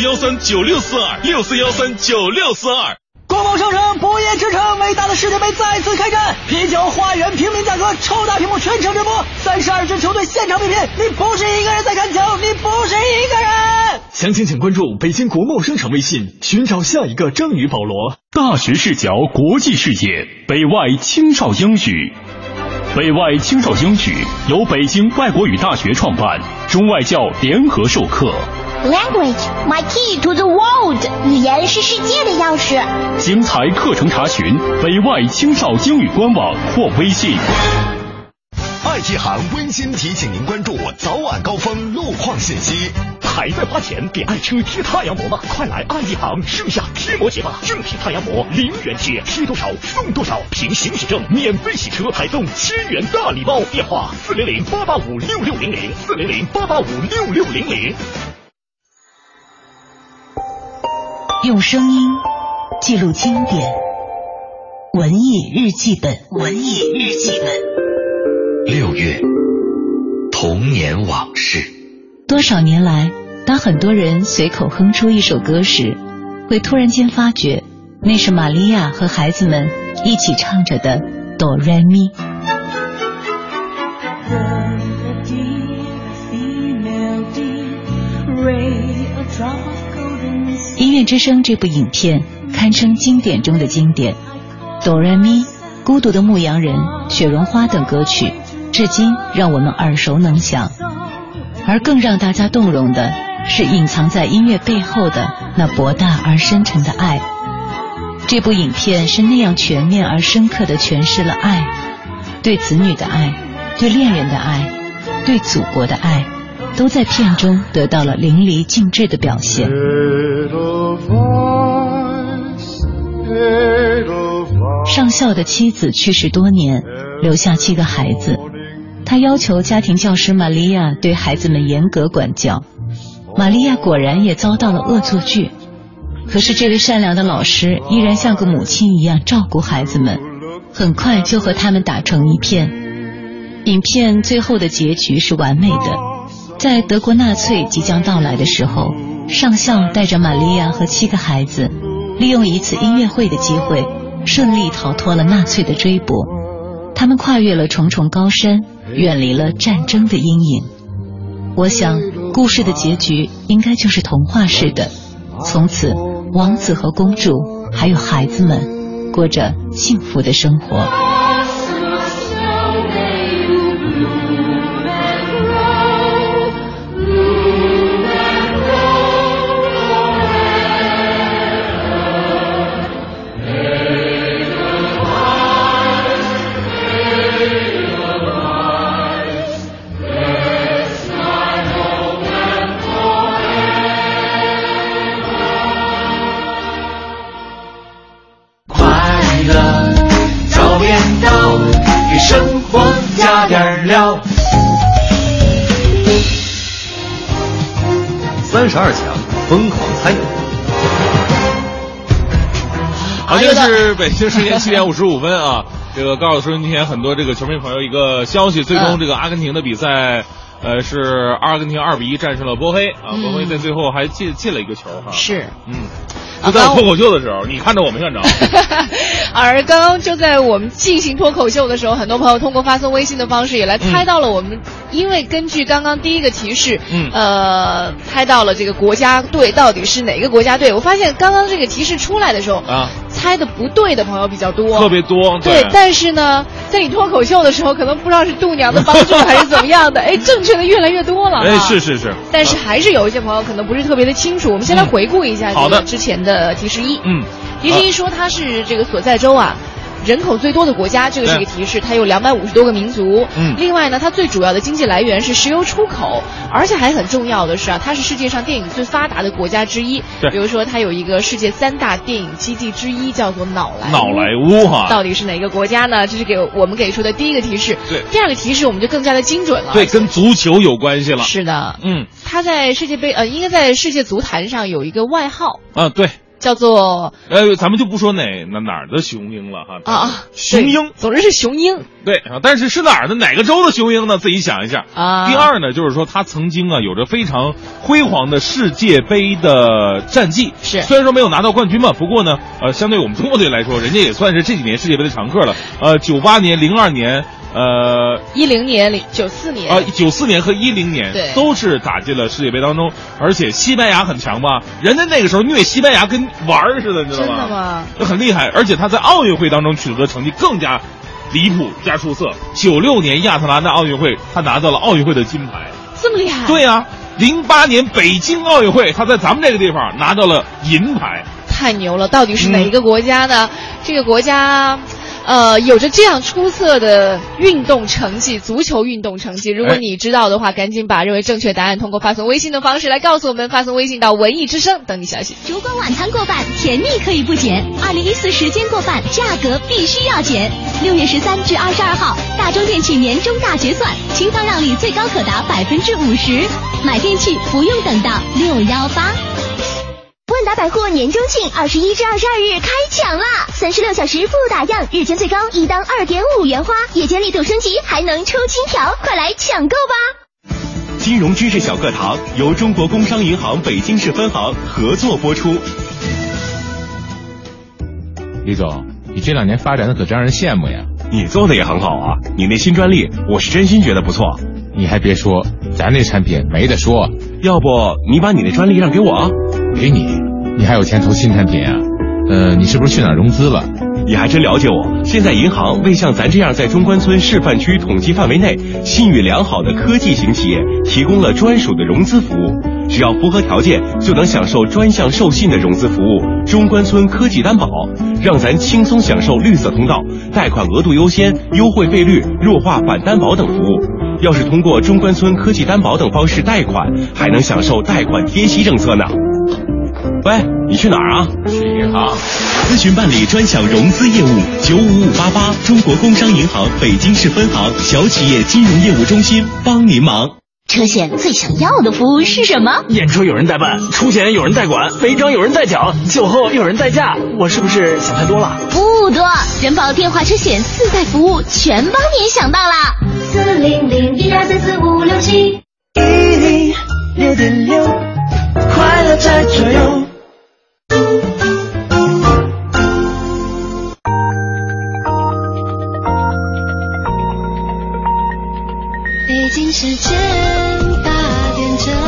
6413964264139642。 国贸商城博业之城，伟大的世界杯再次开战，啤酒花园平民价格，超大屏幕全程直播，32支球队现场比拼，你不是一个人在看球，你不是一个人。 详情请关注北京国贸商场微信，寻找下一个章鱼保罗。大学视角国际视野，北外青少英语。北外青少英语由北京外国语大学创办，中外教联合授课。 Language, my key to the world. 语言是世界的钥匙。 精彩课程查询，北外青少英语官网或微信。 爱一行温馨提醒您关注早晚高峰路况信息。还在花钱给爱车贴太阳膜吗？快来爱一行盛夏贴膜节吧！正品太阳膜0元贴，贴多少送多少，凭行驶证免费洗车，还送1000元大礼包。电话400-885-6600，400-885-6600。 用声音记录经典，文艺日记本。文艺日记本。 6月，童年往事。 多少年来，当很多人随口哼出一首歌时，会突然间发觉，那是玛利亚和孩子们一起唱着的哆来咪。音乐之声这部影片堪称经典中的经典，哆来咪、孤独的牧羊人、雪绒花等歌曲至今让我们耳熟能详。而更让大家动容的是隐藏在音乐背后的那博大而深沉的爱。这部影片是那样全面而深刻地诠释了爱，对子女的爱，对恋人的爱，对祖国的爱，都在片中得到了淋漓尽致的表现。上校的妻子去世多年，留下7个孩子，他要求家庭教师玛利亚对孩子们严格管教。玛利亚果然也遭到了恶作剧，可是这位善良的老师依然像个母亲一样照顾孩子们，很快就和他们打成一片。影片最后的结局是完美的，在德国纳粹即将到来的时候，上校带着玛利亚和7个孩子，利用一次音乐会的机会，顺利逃脱了纳粹的追捕。他们跨越了重重高山，远离了战争的阴影。我想故事的结局应该就是童话式的，从此王子和公主还有孩子们过着幸福的生活。 生活加点料。 32强疯狂参与。 好，现在是北京时间7点55分啊。这个告诉收音机前很多这个球迷朋友一个消息，最终这个阿根廷的比赛，是阿根廷2-1战胜了波黑啊。波黑在最后还进了一个球哈。 是， 就在我脱口秀的时候，你看着我没看着。 而刚刚就在我们进行脱口秀的时候，很多朋友通过发送微信的方式也来猜到了我们，因为根据刚刚第一个提示，猜到了这个国家队到底是哪个国家队。我发现刚刚这个提示出来的时候啊，猜的不对的朋友比较多， 特别多。 对，但是呢，在你脱口秀的时候，可能不知道是度娘的帮助还是怎么样的，哎，正确的越来越多了。 哎，是。 但是还是有一些朋友可能不是特别的清楚。我们先来回顾一下这个之前的提示1。提示1说它是这个所在州啊人口最多的国家，这个是一个提示，它有250多个民族。另外呢，它最主要的经济来源是石油出口，而且还很重要的是啊，它是世界上电影最发达的国家之一。 对， 比如说它有一个世界3大电影基地之一，叫做脑莱坞哈。 到底是哪个国家呢？这是我们给出的第一个提示。 对， 第二个提示我们就更加的精准了。 对，跟足球有关系了。 是的，它在世界杯应该在世界足坛上有一个外号。 对。 叫做咱们就不说哪儿的雄鹰了哈。雄鹰， 总之是雄鹰。 对啊，但是哪儿的哪个州的雄鹰呢？自己想一下啊。第二呢，就是说他曾经啊有着非常辉煌的世界杯的战绩。 是， 虽然说没有拿到冠军嘛，不过呢，相对我们中国队来说，人家也算是这几年世界杯的常客了。98年、02年。 10年、94年 94年和10年都是打进了世界杯当中，而且西班牙很强吧？人家那个时候虐西班牙跟玩儿似的，你知道吗？ 真的吗？ 很厉害，而且他在奥运会当中取得的成绩更加离谱加出色。96年亚特兰大奥运会，他拿到了奥运会的金牌， 这么厉害？ 对呀。 08年北京奥运会，他在咱们这个地方拿到了银牌， 太牛了！到底是哪一个国家呢？这个国家。有着这样出色的运动成绩，足球运动成绩。如果你知道的话，赶紧把认为正确答案通过发送微信的方式来告诉我们，发送微信到文艺之声，等你消息。 烛光晚餐过半，甜蜜可以不减；2014时间过半，价格必须要减。6月13至22号，大中电器年终大决算，清仓让利最高可达50%，买电器不用等到618。 万达百货年终庆21至22日开抢啦！36小时不打烊，日间最高1当2.5元花，夜间力度升级，还能抽金条，快来抢购吧！ 金融知识小课堂由中国工商银行北京市分行合作播出。 李总，你这2年发展的可真让人羡慕呀！ 你做的也很好啊，你那新专利，我是真心觉得不错。 你还别说，咱那产品没得说。 要不你把你那专利让给我啊？ 给你？你还有钱投新产品啊？你是不是去哪儿融资了？ 你还真了解我。现在银行为像咱这样在中关村示范区统计范围内信誉良好的科技型企业提供了专属的融资服务，只要符合条件就能享受专项授信的融资服务。中关村科技担保，让咱轻松享受绿色通道、贷款额度优先、优惠费率、弱化反担保等服务。要是通过中关村科技担保等方式贷款，还能享受贷款贴息政策呢。喂，你去哪儿啊？ 去银行。 咨询办理专享融资业务，95588，中国工商银行北京市分行小企业金融业务中心帮您忙。 车险最想要的服务是什么？ 验车有人代办，出险有人代管，违章有人代缴，酒后有人代驾。我是不是想太多了？ 不多，人保电话车险4代服务全帮您想到啦。 4001234567106.6，快乐在左右。 北京时间8点整。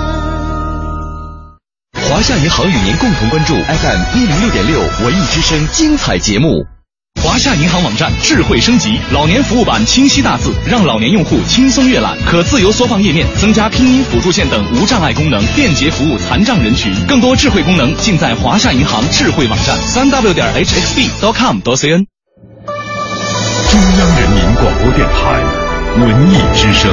华夏银行与您共同关注 FM106.6文艺之声精彩节目。华夏银行网站智慧升级，老年服务版清晰大字，让老年用户轻松阅览，可自由缩放页面，增加拼音辅助线等无障碍功能，便捷服务残障人群。更多智慧功能尽在华夏银行智慧网站3w.hxb.com.cn。 中央人民广播电台文艺之声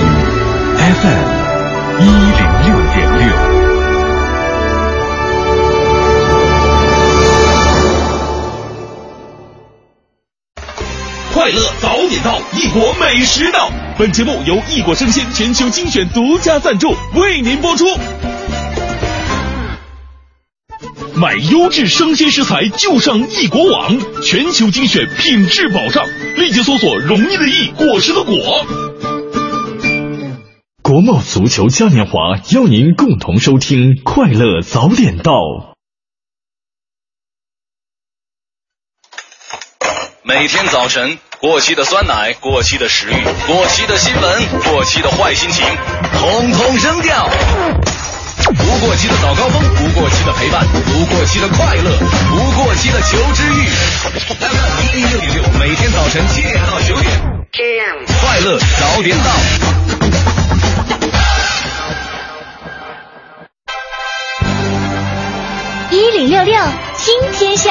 FM106.6。 快乐早点到，异国美食到。本节目由异国生鲜全球精选独家赞助，为您播出。买优质生鲜食材就上异国网，全球精选，品质保障。立即搜索容易的易，果实的果。 国贸足球嘉年华邀您共同收听快乐早点到。 每天早晨，过期的酸奶，过期的食欲，过期的新闻，过期的坏心情，统统扔掉。不过期的早高峰，不过期的陪伴，不过期的快乐，不过期的求知欲。FM106.6，每天早晨7点到9点，快乐早点到。 1066听天下。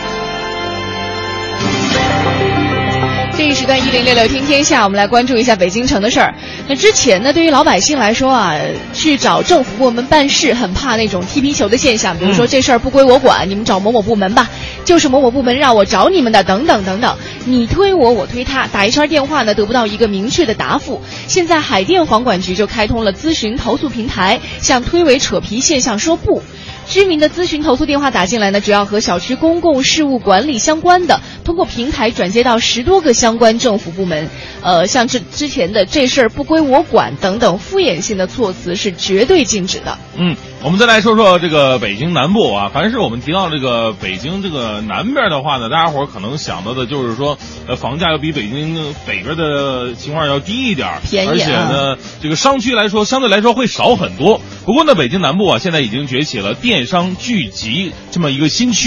这一时段1066听天下，我们来关注一下北京城的事儿。那之前呢，对于老百姓来说啊，去找政府部门办事，很怕那种踢皮球的现象，比如说这事儿不归我管，你们找某某部门吧，就是某某部门让我找你们的，等等等等，你推我，我推他，打一圈电话呢，得不到一个明确的答复。现在海淀环管局就开通了咨询投诉平台，向推诿扯皮现象说不。居民的咨询投诉电话打进来呢，只要和小区公共事务管理相关的，通过平台转接到10多个相关政府部门。像之前的这事儿不归我管等等敷衍性的措辞是绝对禁止的。 我们再来说说这个北京南部啊。凡是我们提到这个北京这个南边的话呢，大家伙可能想到的就是说，房价要比北京北边的情况要低一点， 便宜， 而且呢，这个商区来说相对来说会少很多。不过呢，北京南部啊，现在已经崛起了电商聚集这么一个新区。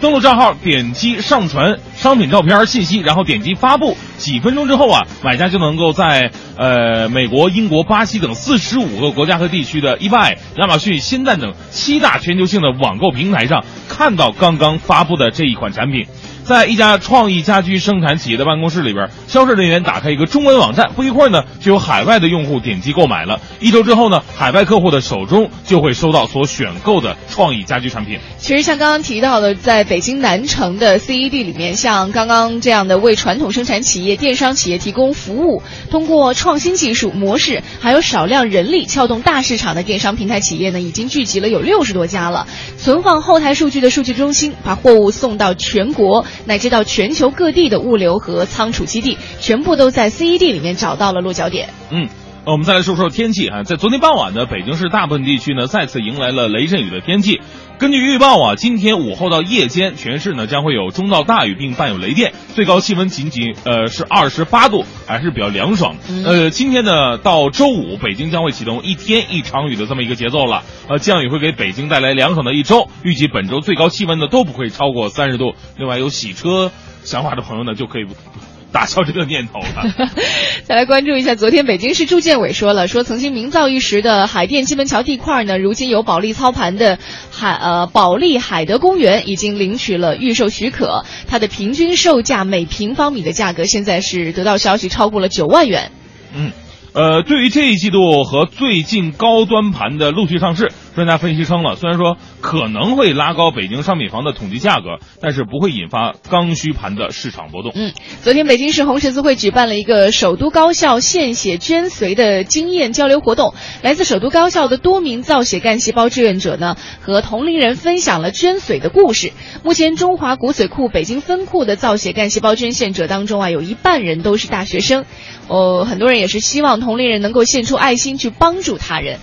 登录账号，点击上传商品照片信息，然后点击发布，几分钟之后啊，买家就能够在美国、英国、巴西等45个国家和地区的eBay、亚马逊、新蛋等7大全球性的网购平台上看到刚刚发布的这一款产品。在一家创意家居生产企业的办公室里边，销售人员打开一个中文网站，不一会儿呢，就有海外的用户点击购买了。1周之后呢，海外客户的手中就会收到所选购的创意家居产品。 其实像刚刚提到的，在北京南城的 CED 里面，像刚刚这样的为传统生产企业、电商企业提供服务，通过创新技术模式，还有少量人力撬动大市场的电商平台企业呢，已经聚集了有60多家了。存放后台数据的数据中心，把货物送到全国乃至到全球各地的物流和仓储基地，全部都在 CED 里面找到了落脚点。 我们再来说说天气啊，在昨天傍晚呢，北京市大部分地区呢再次迎来了雷阵雨的天气。根据预报啊，今天午后到夜间，全市呢将会有中到大雨并伴有雷电，最高气温仅是28度，还是比较凉爽。今天呢到周五，北京将会启动一天一场雨的这么一个节奏了。降雨会给北京带来凉爽的一周，预计本周最高气温呢都不会超过30度。另外有洗车想法的朋友呢就可以打消这个念头了。 再来关注一下，昨天北京市住建委说了，说曾经名噪一时的海淀基门桥地块呢，如今由保利操盘的保利海德公园已经领取了预售许可，它的平均售价每平方米的价格现在是得到消息超过了9万元。 对于这一季度和最近高端盘的陆续上市，专家分析称了，虽然说可能会拉高北京商品房的统计价格，但是不会引发刚需盘的市场波动。 昨天北京市红十字会举办了一个首都高校献血捐髓的经验交流活动，来自首都高校的多名造血干细胞志愿者呢，和同龄人分享了捐髓的故事。目前中华骨髓库北京分库的造血干细胞捐献者当中啊，有1半人都是大学生。很多人也是希望同龄人能够献出爱心去帮助他人。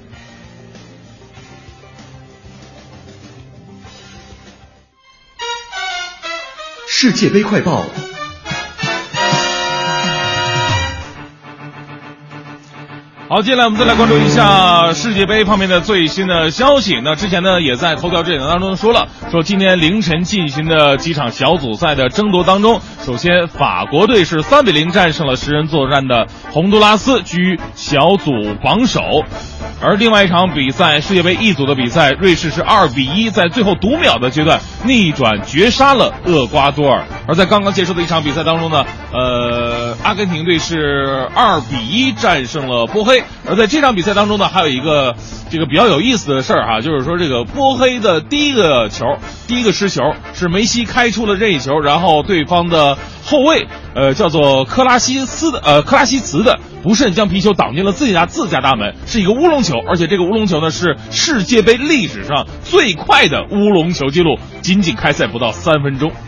世界杯快报。 好，接下来我们再来关注一下世界杯方面的最新的消息。那之前呢，也在头条这点当中说今天凌晨进行的几场小组赛的争夺当中，首先法国队是3-0战胜了10人作战的洪都拉斯，居小组榜首。而另外一场比赛，世界杯一组的比赛，瑞士是2-1在最后读秒的阶段逆转绝杀了厄瓜多尔。而在刚刚结束的一场比赛当中呢，阿根廷队是2-1战胜了波黑。而在这场比赛当中呢，还有一个比较有意思的事儿哈，就是说这个波黑的第一个失球是梅西开出了任意球，然后对方的后卫叫做克拉西茨的不慎将皮球挡进了自家大门，是一个乌龙球，而且这个乌龙球呢是世界杯历史上最快的乌龙球记录，仅开赛不到3分钟。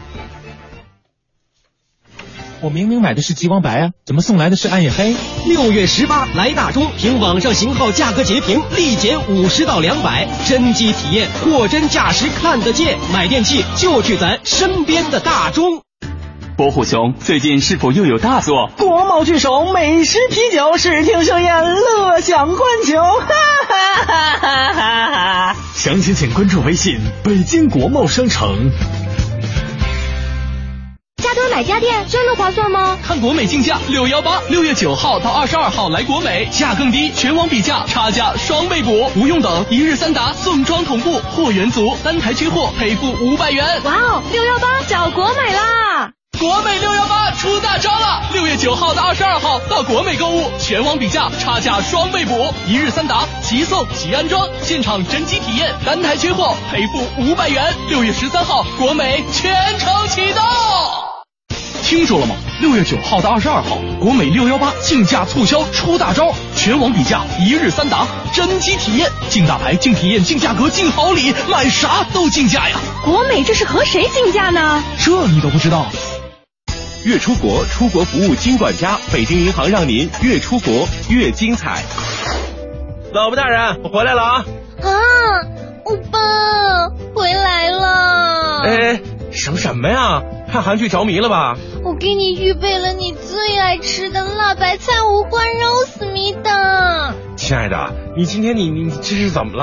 我明明买的是极光白啊，怎么送来的是暗夜黑 ？6月18来大中，凭网上型号价格截屏，立减50到200，真机体验，货真价实看得见。买电器就去咱身边的大中。 伯虎兄，最近是否又有大作？ 国贸聚首，美食啤酒，视听盛宴，乐享观球，哈哈哈哈哈！ 详情请关注微信北京国贸商城。 加多买家电真的划算吗？ 看国美竞价618，6月9号到22号来国美，价更低，全网比价，差价双倍补，不用等，1日3达，送装同步，货源足，单台缺货赔付500元。 哇哦，618找国美啦！ 国美618出大招了！6月9号到22号到国美购物，全网比价，差价双倍补，1日3达，即送即安装，现场真机体验，单台缺货赔付500元。6月13号国美全程启动。听说了吗？6月9号到22号，国美618竞价促销出大招，全网比价，1日3达，真机体验，竞大牌、竞体验、竞价格、竞好礼，买啥都竞价呀！ 国美这是和谁竞价呢？ 这你都不知道？ 越出国，出国服务金管家，北京银行让您越出国越精彩。 老婆大人，我回来了啊！ 欧巴回来了！ 哎，什么呀？看韩剧着迷了吧？ 我给你预备了你最爱吃的辣白菜五花肉思密达。 亲爱的，你今天你这是怎么了？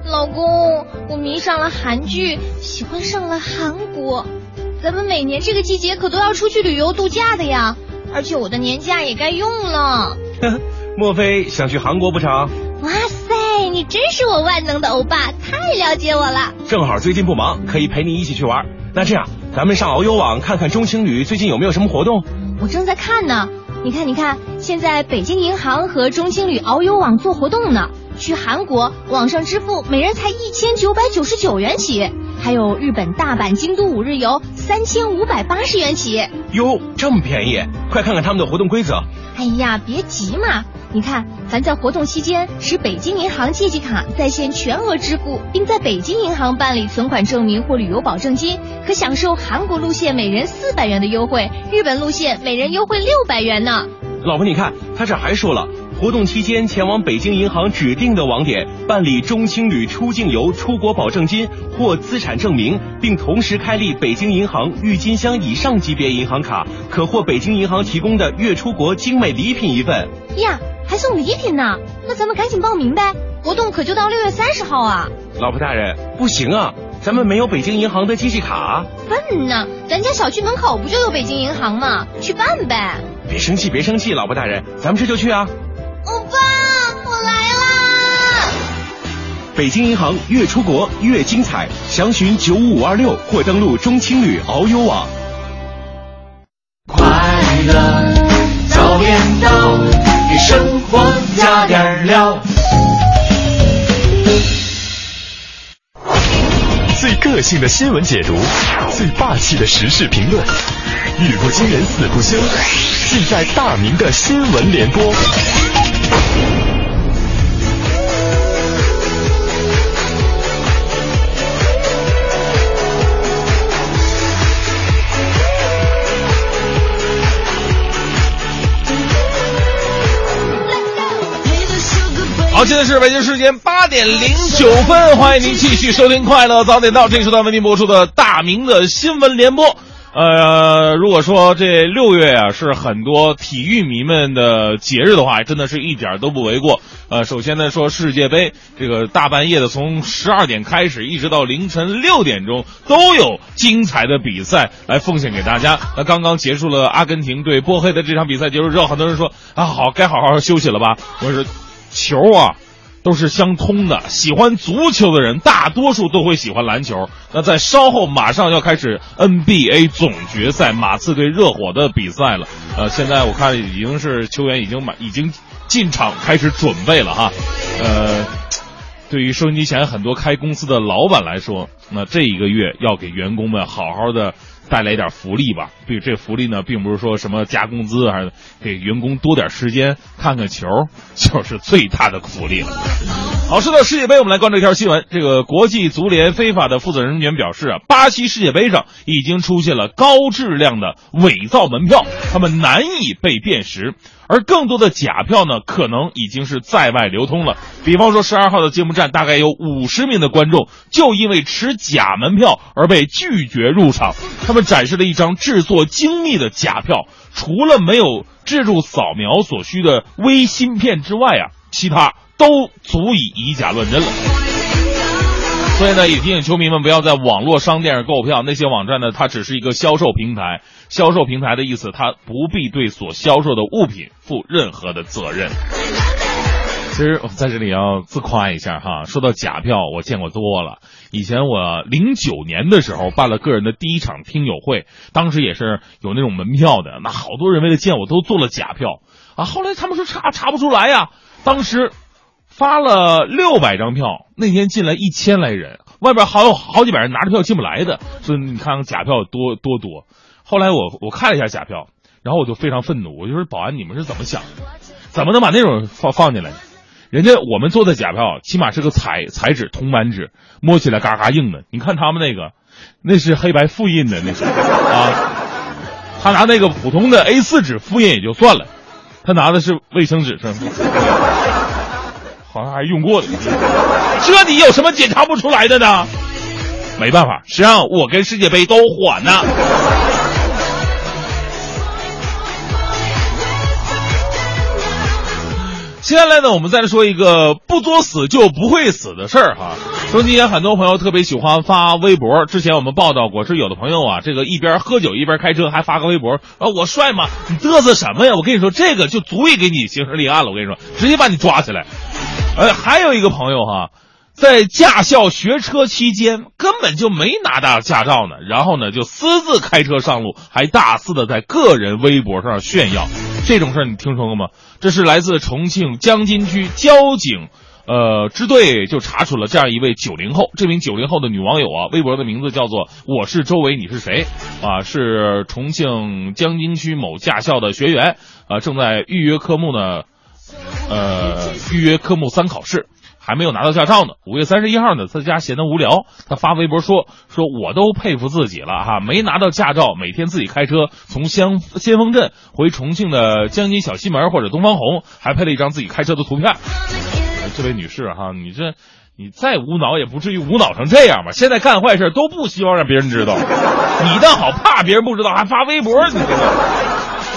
老公，我迷上了韩剧，喜欢上了韩国。咱们每年这个季节可都要出去旅游度假的呀，而且我的年假也该用了。 莫非想去韩国不成？ 哇塞，你真是我万能的欧巴，太了解我了。 正好最近不忙，可以陪你一起去玩。那这样，咱们上遨游网看看中青旅最近有没有什么活动。 我正在看呢，你看，现在北京银行和中青旅遨游网做活动呢。去韩国网上支付每人才1999元起，还有日本大阪、京都5日游3580元起。 哟，这么便宜，快看看他们的活动规则。 哎呀，别急嘛，你看，凡在活动期间持北京银行借记卡在线全额支付，并在北京银行办理存款证明或旅游保证金，可享受韩国路线每人400元的优惠，日本路线每人优惠600元呢。 老婆，你看，他这还说了，活动期间前往北京银行指定的网点办理中青旅出境游出国保证金或资产证明，并同时开立北京银行郁金香以上级别银行卡，可获北京银行提供的月出国精美礼品1份。 呀，还送礼品呢，那咱们赶紧报名呗，活动可就到6月30号啊。 老婆大人，不行啊，咱们没有北京银行的借记卡。 笨呢，咱家小区门口不就有北京银行吗？去办呗。 别生气，老婆大人，咱们这就去啊。 欧巴，我来啦！ 北京银行越出国越精彩，详询95526或登录中青旅遨游网。 快乐早点到，给生活加点料。 最个性的新闻解读，最霸气的时事评论，语不惊人死不休，尽在大明的新闻联播。 好，现在是北京时间8点09分，欢迎您继续收听快乐早点到，这是为您播出的大明的新闻联播。如果说这6月啊是很多体育迷们的节日的话，真的是一点都不为过。首先呢说世界杯，这个大半夜的从12点开始一直到凌晨6点钟都有精彩的比赛来奉献给大家。那刚刚结束了阿根廷对波黑的这场比赛结束之后，很多人说啊好，该好好休息了吧。我说球啊都是相通的，喜欢足球的人大多数都会喜欢篮球。那在稍后马上要开始 NBA 总决赛马刺对热火的比赛了。现在我看已经是球员已经进场开始准备了哈。对于收音机前很多开公司的老板来说，那这一个月要给员工们好好的带来一点福利吧。对，这福利呢并不是说什么加工资，还是给员工多点时间看看球，就是最大的福利了。好，说到世界杯，我们来关注一条新闻。这个国际足联非法的负责人员表示啊，巴西世界杯上已经出现了高质量的伪造门票，他们难以被辨识。而更多的假票呢，可能已经是在外流通了。比方说12号的揭幕战，大概有50名的观众就因为持假门票而被拒绝入场。他们展示了一张制作精密的假票，除了没有置入扫描所需的微芯片之外啊，其他都足以以假乱真了。所以呢，也提醒球迷们不要在网络商店上购票，那些网站呢，它只是一个销售平台。销售平台的意思，它不必对所销售的物品负任何的责任。其实我在这里要自夸一下哈，说到假票，我见过多了。以前我09年的时候办了个人的第一场听友会，当时也是有那种门票的，那好多人为了见我都做了假票啊。后来他们说查不出来呀，当时发了600张票，那天进来1000来人，外边好几百人拿着票进不来的，所以你看假票多。后来我看了一下假票，然后我就非常愤怒，我就说保安你们是怎么想的？怎么能把那种放进来？人家我们做的假票起码是个彩纸铜板纸，摸起来嘎嘎硬的。你看他们那是黑白复印的，那是啊，他拿那个普通的 A4 纸复印也就算了，他拿的是卫生纸上，好像还用过的。这你有什么检查不出来的呢？没办法，谁让我跟世界杯都火呢？ 接下来呢，我们再来说一个不作死就不会死的事儿哈。说今天很多朋友特别喜欢发微博，之前我们报道过，是有的朋友啊，这个一边喝酒一边开车，还发个微博，我帅吗？你嘚瑟什么呀？我跟你说，这个就足以给你刑事立案了。我跟你说，直接把你抓起来。还有一个朋友哈，在驾校学车期间根本就没拿到驾照呢，然后呢就私自开车上路，还大肆的在个人微博上炫耀。这种事儿你听说过吗？这是来自重庆江津区交警支队就查处了这样一位90后。这名90后的女网友啊，微博的名字叫做我是周围你是谁啊，是重庆江津区某驾校的学员正在预约科目3考试，还没有拿到驾照呢。5月31号呢，在家闲得无聊，他发微博说我都佩服自己了哈，没拿到驾照，每天自己开车从先锋镇回重庆的江津小西门或者东方红，还配了一张自己开车的图片。这位女士哈，你再无脑也不至于无脑成这样吧？现在干坏事都不希望让别人知道，你倒好，怕别人不知道还发微博，你这个。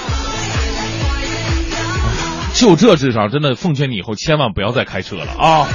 就这智商，真的奉劝你以后千万不要再开车了啊！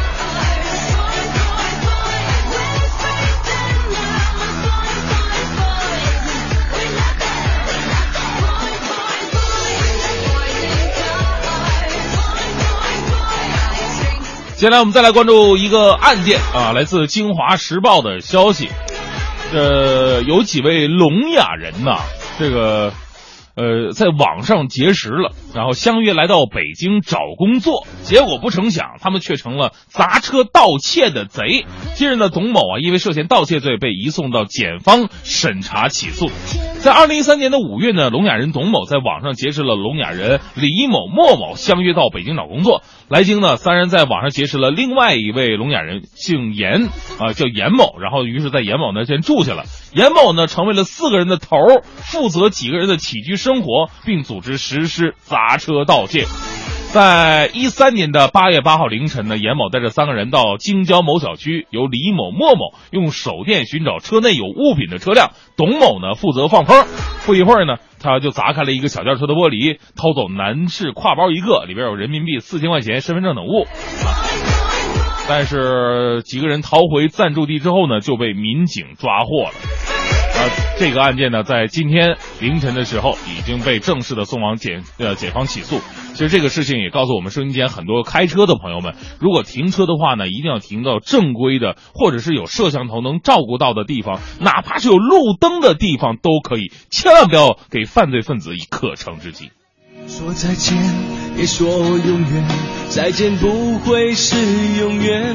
接下来我们再来关注一个案件啊，来自《京华时报》的消息。有几位聋哑人呐，这个在网上结识了，然后相约来到北京找工作，结果不成想他们却成了砸车盗窃的贼。近日呢，董某啊因为涉嫌盗窃罪被移送到检方审查起诉。在2013年的5月呢，聋哑人董某在网上结识了聋哑人李某、莫某，相约到北京找工作。来京呢，三人在网上结识了另外一位聋哑人，姓严叫严某，然后于是在严某那先住下了。严某呢成为了4个人的头，负责几个人的起居生活，并组织实施砸车盗窃。在13年的8月8号凌晨呢，严某带着3个人到京郊某小区，由李某、莫某用手电寻找车内有物品的车辆，董某呢负责放风。不一会儿呢，他就砸开了一个小轿车的玻璃，偷走男士挎包一个，里边有人民币4000块钱、身份证等物。但是几个人逃回暂住地之后呢，就被民警抓获了。这个案件呢，在今天凌晨的时候已经被正式的送往检方起诉。其实这个事情也告诉我们收音间很多开车的朋友们，如果停车的话呢，一定要停到正规的或者是有摄像头能照顾到的地方，哪怕是有路灯的地方都可以，千万不要给犯罪分子以可乘之机。 说再见，别说永远，再见不会是永远。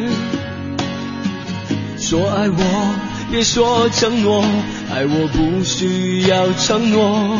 说爱我，别说承诺，爱我不需要承诺。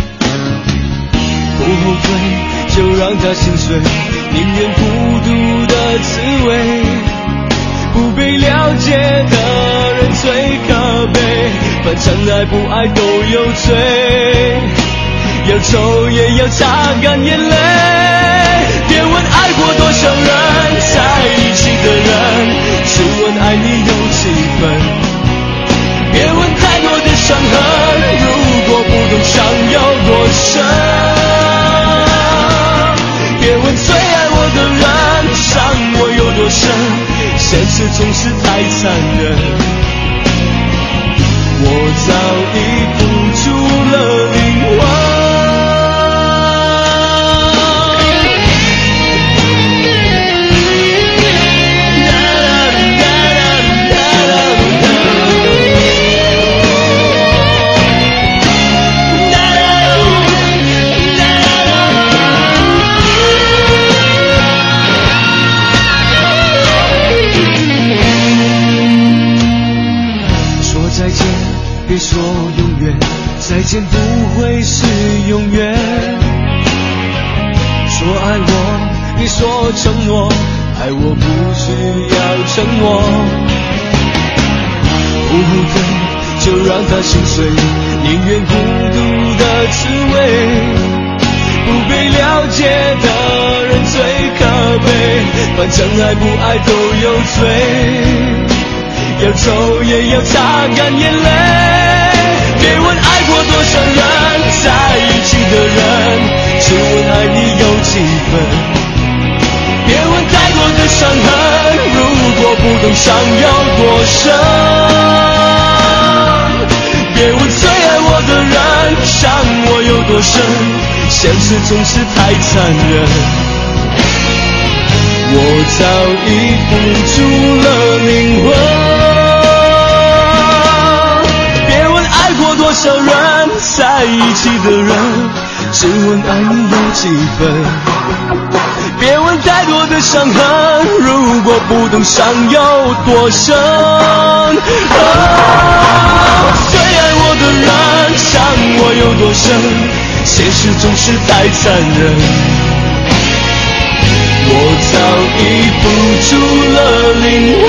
不后退，就让它心碎，宁愿孤独的滋味。不被了解的人最可悲，反正爱不爱都有罪。要抽也要擦干眼泪，别问爱过多少人，在一起的人，只问爱你有几分。别问太多的伤痕，如果不懂伤有多深。别问最爱我的人，伤我有多深，现实总是太残忍。我早已付出了灵魂。别说永远，再见不会是永远。说爱我，别说承诺，爱我不需要承诺。不后退，就让它心碎，宁愿孤独的滋味。不被了解的人最可悲，反正爱不爱都有罪。要抽也要擦干眼泪，别问爱过多少人，在一起的人，只问爱你有几分。 果不懂伤有多深，别问最爱我的人伤我有多深，现实总是太残忍，我早已付出了灵魂。别问爱过多少人，在一起的人，只问爱你有几分。别问太多的伤痕，如果不懂伤有多深。最爱我的人伤我有多深，现实总是太残忍，我早已付出了灵魂。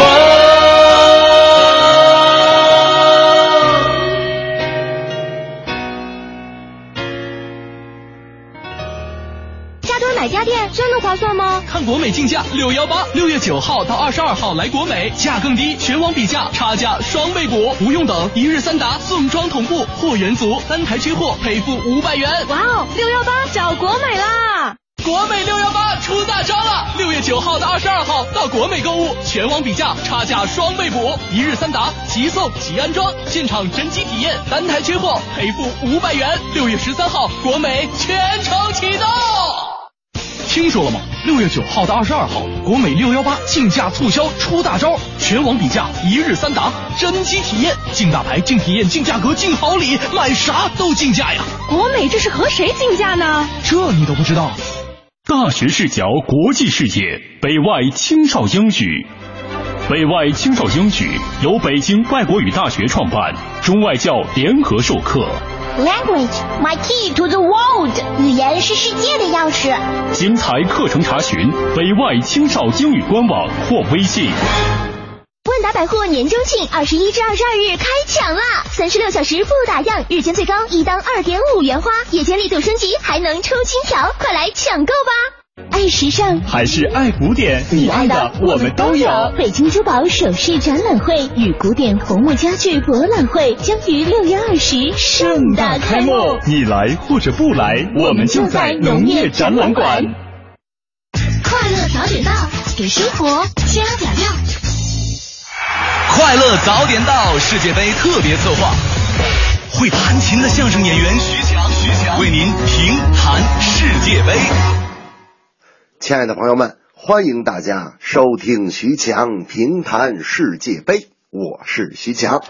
买家电真的划算吗？ 看国美竞价618，6月9号到22号来国美，价更低，全网比价，差价双倍补，不用等，1日3达，送装同步，货源足，单台缺货赔付500元。 哇哦，618找国美啦！ 国美618出大招了！6月9号到22号到国美购物，全网比价，差价双倍补，1日3达，即送即安装，现场真机体验，单台缺货赔付500元。6月13号，国美全程启动。听说了吗？6月9号到22号，国美618竞价促销出大招，全网比价，1日3达，真机体验，竞大牌、竞体验、竞价格、竞好礼，买啥都竞价呀！ 国美这是和谁竞价呢？ 这你都不知道？ 大学视角国际视野，北外青少英语。北外青少英语由北京外国语大学创办，中外教联合授课。 Language, my key to the world. 语言是世界的钥匙。 精彩课程查询北外青少英语官网或微信。 万达百货年中庆21至22日开抢啦！36小时不打烊，日间最高1当2.5元花，夜间力度升级，还能抽金条，快来抢购吧！爱时尚还是爱古典？你爱的我们都有。 北京珠宝首饰展览会与古典红木家具博览会将于6月20盛大开幕。 你来或者不来，我们就在农业展览馆。 快乐早点到，给生活加点料。 快乐早点到世界杯特别策划，会弹琴的相声演员徐强为您评弹世界杯。 亲爱的朋友们，欢迎大家收听徐强评弹世界杯，我是徐强。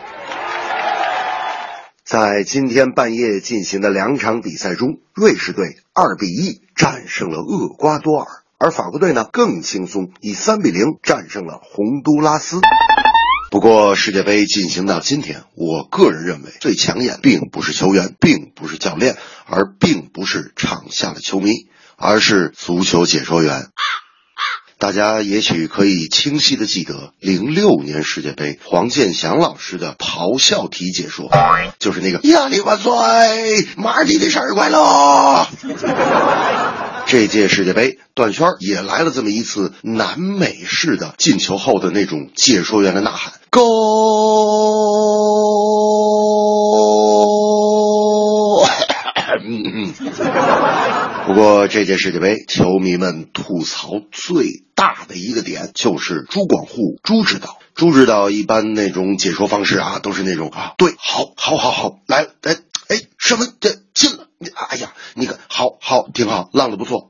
在今天半夜进行的2场比赛中，瑞士队2-1战胜了厄瓜多尔，而法国队呢更轻松，以3-0战胜了洪都拉斯。不过世界杯进行到今天，我个人认为最抢眼并不是球员，并不是教练，而并不是场下的球迷，而是足球解说员。大家也许可以清晰地记得06年世界杯黄健翔老师的咆哮题解说，就是那个亚里万岁，马尔蒂的生日快乐。这届世界杯段轩也来了这么一次南美式的进球后的那种解说员的呐喊，Go！不过这届世界杯球迷们吐槽最大的一个点就是朱广沪朱指导。朱指导一般那种解说方式啊，都是那种啊，对，好，来，射门这进了，哎呀，你看，好，挺好，浪得不错。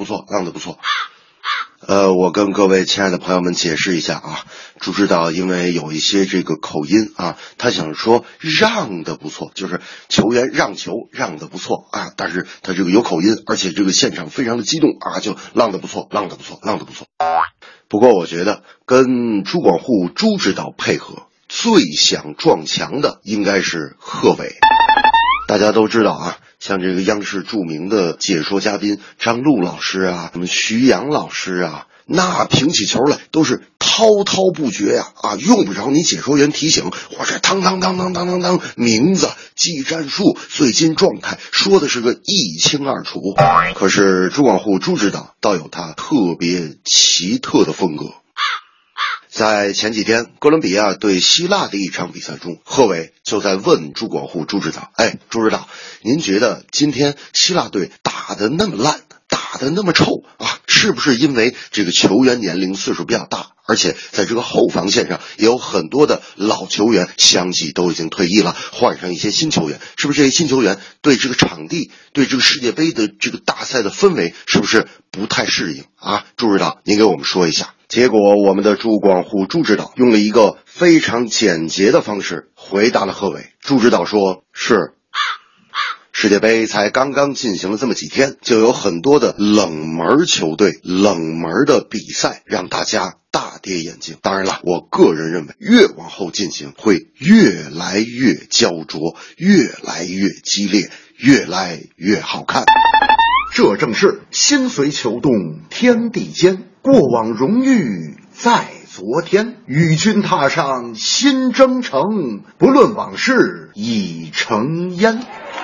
我跟各位亲爱的朋友们解释一下啊，朱指导因为有一些这个口音啊，他想说让得不错，就是球员让球让得不错啊，但是他这个有口音，而且这个现场非常的激动啊，就浪得不错。不过我觉得跟朱广沪朱指导配合最想撞墙的应该是贺炜。大家都知道啊，像这个央视著名的解说嘉宾张璐老师啊，什么徐阳老师啊，那评起球来都是滔滔不绝呀，用不着你解说员提醒，或者当，名字、技战术、最近状态说的是个一清二楚。可是朱广沪朱指导倒有他特别奇特的风格。在前几天哥伦比亚对希腊的一场比赛中，贺炜就在问朱广沪朱指导，朱指导，您觉得今天希腊队打得那么烂，打得那么臭啊，是不是因为这个球员年龄岁数比较大， 而且在这个后防线上也有很多的老球员相继都已经退役了，换上一些新球员，是不是这些新球员对这个场地，对这个世界杯的这个大赛的氛围是不是不太适应啊？朱指导，您给我们说一下。结果我们的朱广沪朱指导用了一个非常简洁的方式回答了贺炜。朱指导说，是世界杯才刚刚进行了这么几天，就有很多的冷门球队、冷门的比赛让大家大跌眼镜。当然了，我个人认为越往后进行会越来越焦灼，越来越激烈，越来越好看。这正是心随球动天地间，过往荣誉在昨天，与君踏上新征程，不论往事已成烟。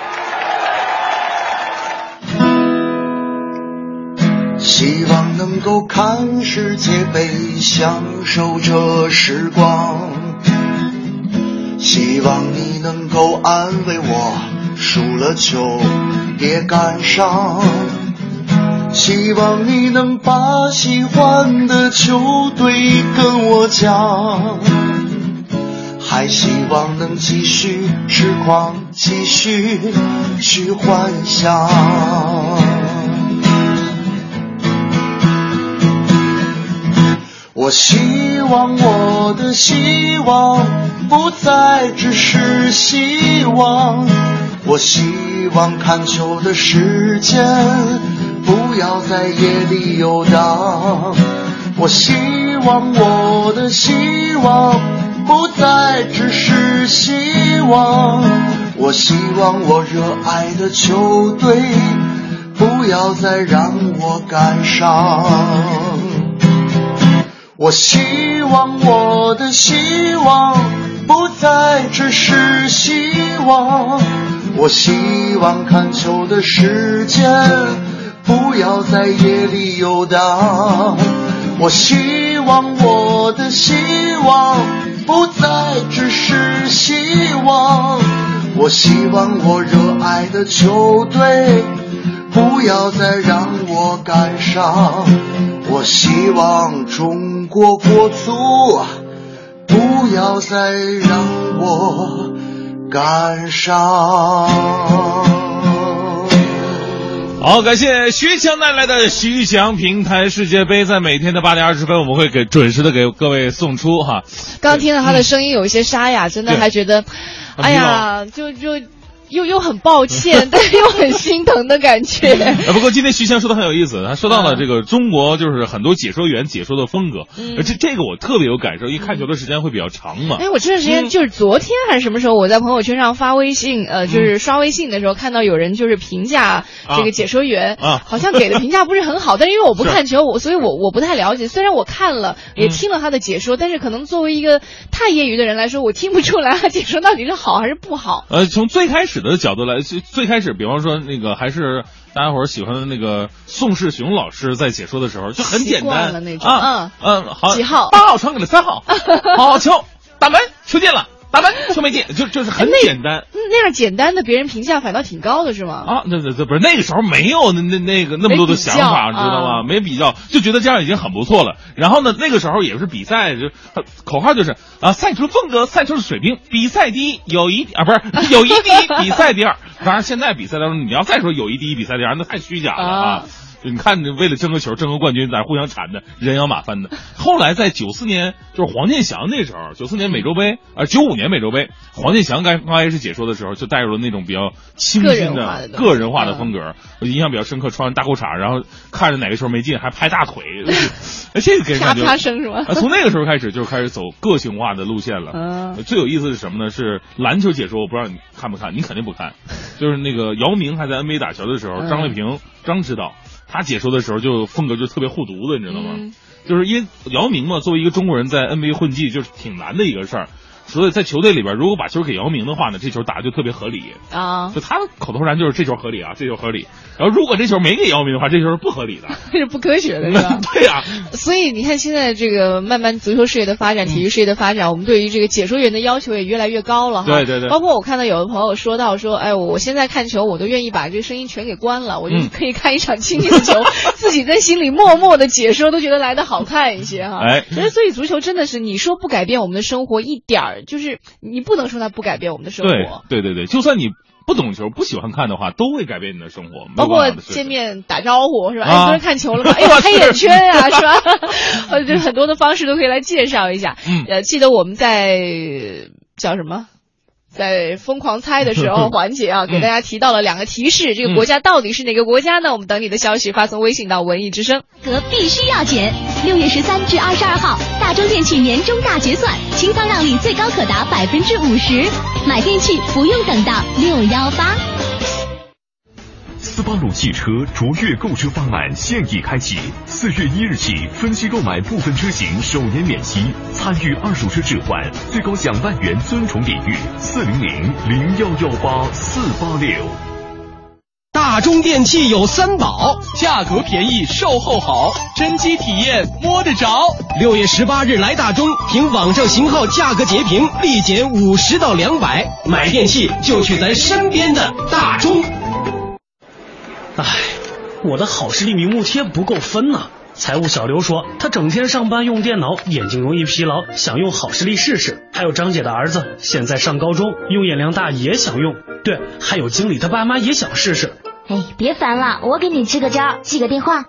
希望能够看世界杯，享受这时光，希望你能够安慰我，输了就别感伤，希望你能把喜欢的球队跟我讲，还希望能继续痴狂，继续去幻想。我希望我的希望不再只是希望，我希望看球的时间不要在夜里游荡，我希望我的希望不再只是希望，我希望我热爱的球队不要再让我感伤，我希望我的希望不再只是希望，我希望看球的时间不要在夜里游荡，我希望我的希望不再只是希望，我希望我热爱的球队不要再让我感伤，我希望中国国足不要再让我感伤。 好，感谢徐强带来的徐翔平台世界杯，在每天的8点20分，我们会准时的给各位送出哈。 刚听到他的声音有一些沙哑，真的还觉得，哎呀，又很抱歉，但是又很心疼的感觉。 不过今天徐翔说的很有意思，他说到了这个中国就是很多解说员解说的风格，这个我特别有感受，因为看球的时间会比较长嘛。 哎，我这段时间就是昨天还是什么时候，我在朋友圈上发微信，就是刷微信的时候看到有人就是评价这个解说员，好像给的评价不是很好，但是因为我不看球，所以我不太了解。虽然我看了也听了他的解说，但是可能作为一个太业余的人来说，我听不出来他解说到底是好还是不好。 从最开始的角度来，最开始比方说那个还是大家伙喜欢的那个宋世雄老师在解说的时候就很简单了那种好， 几号 8号传给了3号，好球打门球进了，打门球没进，就是很简单。 那样简单的别人评价反倒挺高的是吗？ 那不是那个时候没有那么多的想法，知道吗？没比较，就觉得这样已经很不错了。然后呢，那个时候也是比赛，就口号就是赛球风格、赛球的水平，比赛第一，友谊第一，比赛第二。当然，现在比赛当中你要再说友谊第一，比赛第二，那太虚假了啊！你看，为了争个球、争个冠军，咱互相缠的，人仰马翻的。后来在94年，就是黄健翔那时候，94年美洲杯，95年美洲杯，黄健翔刚开始解说的时候，就带入了那种比较清新的个人化的风格。我印象比较深刻，穿着大裤衩，然后看着哪个球没进还拍大腿，这个给人感觉啪啪声是吗？ 从那个时候开始就开始走个性化的路线了。最有意思是什么呢？是篮球解说，我不知道你看不看，你肯定不看。就是那个姚明还在 NBA 打球的时候，张卫平张指导。他解说的时候就风格就特别护犊子，你知道吗？就是因为姚明嘛，作为一个中国人在 NBA 混迹就是挺难的一个事儿。 所以在球队里边，如果把球给姚明的话呢，这球打的就特别合理啊。 就他的口头禅就是这球合理啊，这球合理。然后如果这球没给姚明的话，这球是不合理的， 这是不科学的，是吧？ 对呀。 所以你看，现在这个慢慢足球事业的发展，体育事业的发展，我们对于这个解说员的要求也越来越高了哈。 对对对。 包括我看到有的朋友说到说，哎，我现在看球，我都愿意把这个声音全给关了，我就可以看一场清静的球，自己在心里默默的解说，都觉得来得好看一些哈。 哎， 所以足球真的是你说不改变我们的生活一点儿，就是你不能说它不改变我们的生活。 对对对对，就算你不懂球不喜欢看的话，都会改变你的生活。 包括见面打招呼是吧？哎，昨天看球了吗？哎呦，黑眼圈啊，是吧？就很多的方式都可以来介绍一下。记得我们在叫什么？在疯狂猜的时候环节啊，给大家提到了2个提示，这个国家到底是哪个国家呢？我们等你的消息，发送微信到文艺之声。 必须要减！6月13至22号，大中电器年终大决算，清仓让利最高可达50%，买电器不用等到618。 斯巴鲁汽车卓越购车方案现已开启，4月1日起分期购买部分车型首年免息，参与二手车置换，最高享万元尊崇礼遇，400-0118-486。 大中电器有3宝，价格便宜，售后好，真机体验摸得着。6月18日来大中，凭网上型号价格截屏，立减50到200，买电器就去咱身边的大中。 唉，我的好视力明目贴不够分呐。财务小刘说，他整天上班用电脑，眼睛容易疲劳，想用好视力试试。还有张姐的儿子现在上高中，用眼量大也想用。对，还有经理他爸妈也想试试。 哎，别烦了，我给你支个招，记个电话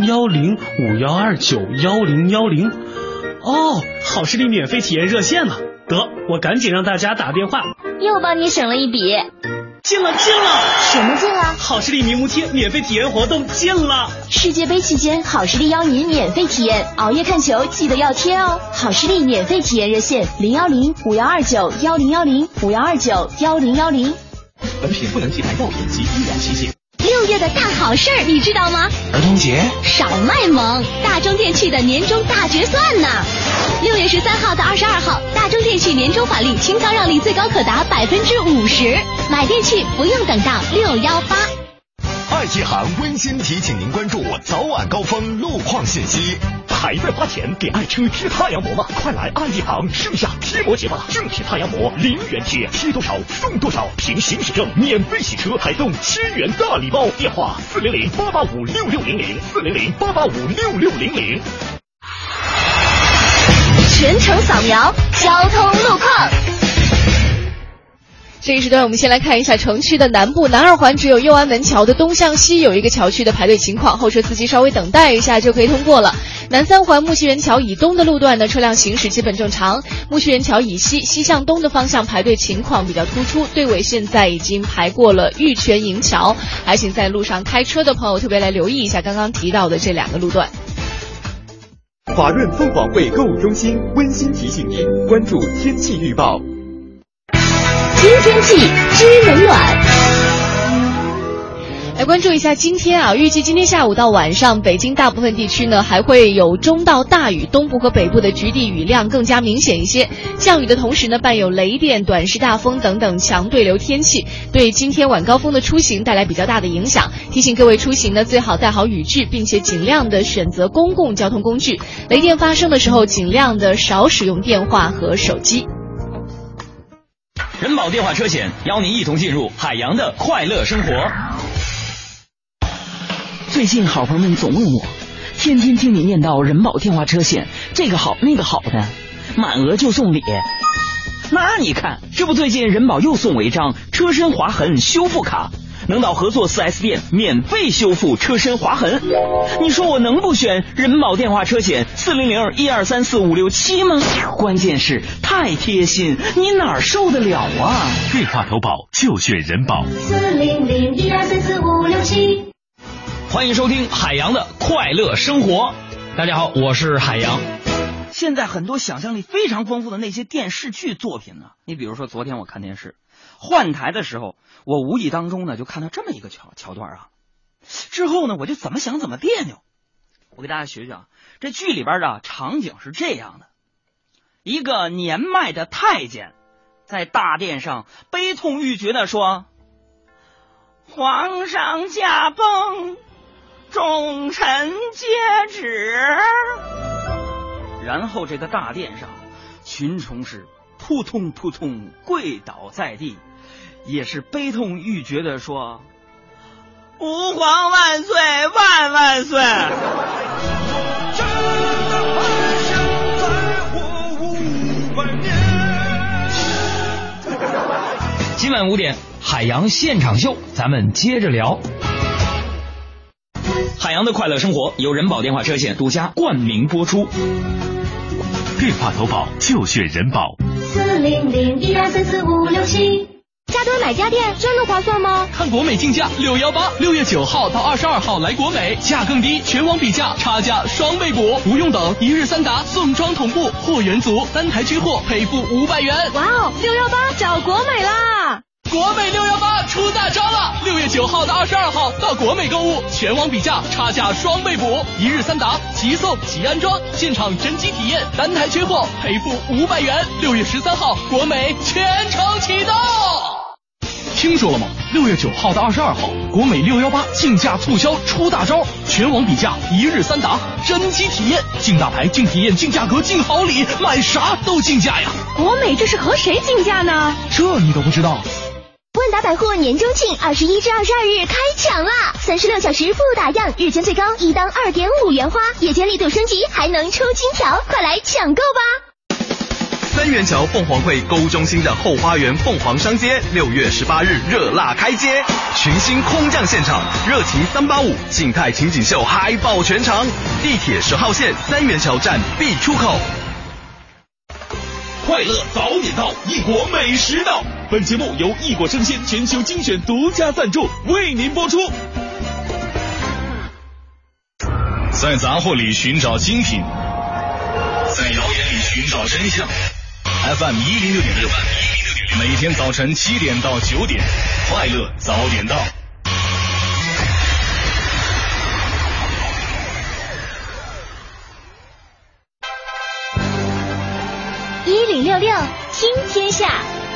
：010-5129-1010。哦，好视力免费体验热线呢。得，我赶紧让大家打电话。 又帮你省了一笔。 进了！ 什么进了？ 好视力明目贴免费体验活动进了！ 世界杯期间，好视力邀您免费体验，熬夜看球记得要贴哦。好视力免费体验热线：010-5129-1010，5129-1010。 本品不能替代药品及医疗器械。 6月的大好事儿你知道吗？ 儿童节少卖萌，大中电器的年终大决算呢。6月13号到22号，大中电器年终返利清仓让利最高可达50%，买电器不用等到618。 爱一行温馨提醒您关注早晚高峰路况信息。还在花钱给爱车贴太阳膜吗？快来爱一行盛夏贴膜节吧！正品太阳膜0元贴，贴多少送多少，凭行驶证免费洗车，还送1000元大礼包。电话400-885-6600，400-885-6600。 全程扫描交通路况。 这一时段我们先来看一下城区的南部，南2环只有右安门桥的东向西有一个桥区的排队情况，后车司机稍微等待一下就可以通过了。南3环木樨园桥以东的路段呢，车辆行驶基本正常，木樨园桥以西西向东的方向排队情况比较突出，队尾现在已经排过了玉泉营桥，还请在路上开车的朋友特别来留意一下刚刚提到的这2个路段。 华润凤凰汇购物中心温馨提醒您关注天气预报。 新天气知冷暖。 来关注一下今天啊，预计今天下午到晚上，北京大部分地区呢还会有中到大雨，东部和北部的局地雨量更加明显一些。降雨的同时呢，伴有雷电、短时大风等等强对流天气，对今天晚高峰的出行带来比较大的影响。提醒各位出行呢，最好带好雨具，并且尽量的选择公共交通工具。雷电发生的时候，尽量的少使用电话和手机。 人保电话车险邀您一同进入海洋的快乐生活。 最近好朋友们总问我，天天听你念叨人保电话车险这个好那个好的，满额就送礼。那你看，这不最近人保又送我一张车身划痕修复卡，能到合作 4S 店免费修复车身划痕。你说我能不选人保电话车险400-1234567吗？关键是太贴心，你哪受得了啊？ 电话投保就选人保 400-1234567。 欢迎收听海洋的快乐生活。大家好，我是海洋。 现在很多想象力非常丰富的那些电视剧作品呢，你比如说昨天我看电视换台的时候，我无意当中呢就看到这么一个桥段啊，之后呢我就怎么想怎么别扭。我给大家学学啊，这剧里边的场景是这样的： 一个年迈的太监在大殿上悲痛欲绝地说：皇上驾崩，众臣皆止。然后这个大殿上群臣是扑通扑通跪倒在地，也是悲痛欲绝地说：吾皇万岁万万岁。 今晚5点，海洋现场秀，咱们接着聊。海洋的快乐生活由人保电话车险独家冠名播出。 电话投保就选人保。 40012344567。家敦买家电真的划算吗？ 看国美竞价618，6月9号到22号来国美，价更低，全网比价，差价双倍补，不用等，1日3达，送装同步，货源足，单台缺货赔付500元。 哇哦，618找国美啦！ 国美618出大招了！6月9号到22号到国美购物，全网比价，差价双倍补，1日3达，即送即安装，现场真机体验，单台缺货赔付500元。6月13号，国美全程启动。听说了吗？6月9号到22号，国美618竞价促销出大招，全网比价，1日3达，真机体验，竞大牌、竞体验、竞价格、竞好礼，买啥都竞价呀！ 国美这是和谁竞价呢？ 这你都不知道？ 万达百货年中庆21至22日开抢啦！36小时不打烊，日间最高1当2.5元花，夜间力度升级，还能抽金条，快来抢购吧！ 三元桥凤凰汇购物中心的后花园凤凰商街6月18日热辣开街，群星空降现场，热情385，静态情景秀嗨爆全场，地铁10号线三元桥站 B 出口。 快乐早点到，异国美食到。本节目由异国生鲜全球精选独家赞助，为您播出。 在杂货里寻找精品，在谣言里寻找真相。FM 106.6，每天早晨7点到9点，快乐早点到。 1066听天下。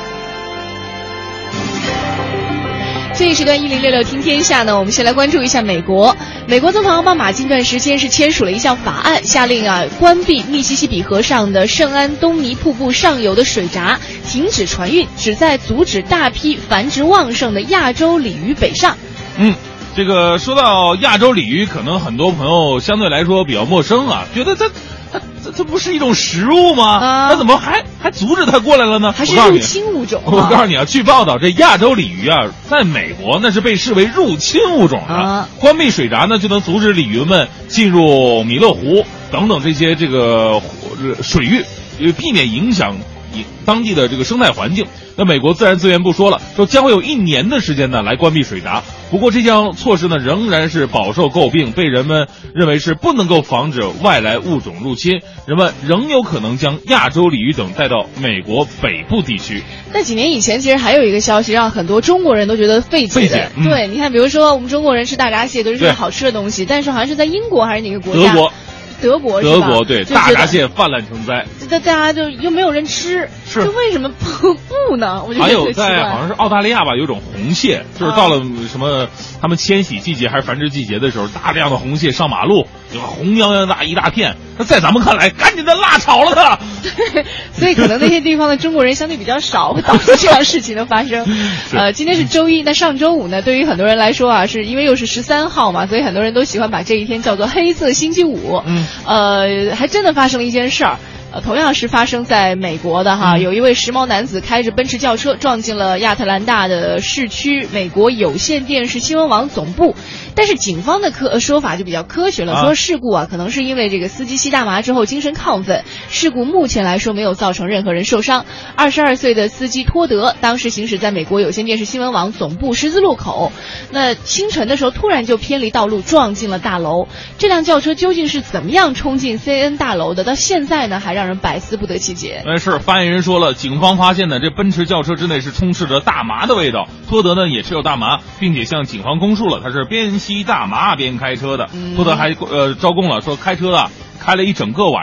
这一时段1066听天下呢，我们先来关注一下美国。美国总统奥巴马近段时间是签署了一项法案，下令关闭密西西比河上的圣安东尼瀑布上游的水闸，停止船运，旨在阻止大批繁殖旺盛的亚洲鲤鱼北上。 这个说到亚洲鲤鱼，可能很多朋友相对来说比较陌生啊，觉得这不是一种食物吗？它怎么还阻止它过来了呢？ 还是入侵物种？ 我告诉你啊，据报道，这亚洲鲤鱼啊，在美国那是被视为入侵物种的。关闭水闸呢，就能阻止鲤鱼们进入米勒湖等等这些水域，避免影响当地的这个生态环境。那美国自然资源部说将会有1年的时间呢来关闭水闸。不过这项措施呢仍然是饱受诟病，被人们认为是不能够防止外来物种入侵，人们仍有可能将亚洲鲤鱼等带到美国北部地区。 那几年以前其实还有一个消息让很多中国人都觉得费解的，对，你看比如说我们中国人吃大闸蟹都是好吃的东西，但是好像是在英国还是哪个国家，德国对，大闸蟹泛滥成灾， 大家就又没有人吃，就为什么不呢？我觉得还有在好像是澳大利亚吧，有种红蟹，就是到了什么他们迁徙季节还是繁殖季节的时候，大量的红蟹上马路，红泱泱大一大片，那在咱们看来，赶紧的辣炒了它。 对，所以可能那些地方的中国人相对比较少，会导致这样事情的发生。今天是周一，那上周五呢，对于很多人来说是因为又是13号嘛，所以很多人都喜欢把这一天叫做黑色星期五。还真的发生了一件事儿。同样是发生在美国的有一位时髦男子开着奔驰轿车撞进了亚特兰大的市区美国有线电视新闻网总部，但是警方的说法就比较科学了，说事故可能是因为这个司机吸大麻之后精神亢奋，事故目前来说没有造成任何人受伤。22岁的司机托德当时行驶在美国有线电视新闻网总部十字路口，那清晨的时候突然就偏离道路撞进了大楼。这辆轿车究竟是怎么样冲进 CNN 大楼的，到现在呢还让人百思不得其解。 是发言人说了，警方发现呢这奔驰轿车之内是充斥着大麻的味道，托德呢也持有大麻，并且向警方供述了他是边吸大麻边开车的。托德还招供了，说开车开了一整个晚上，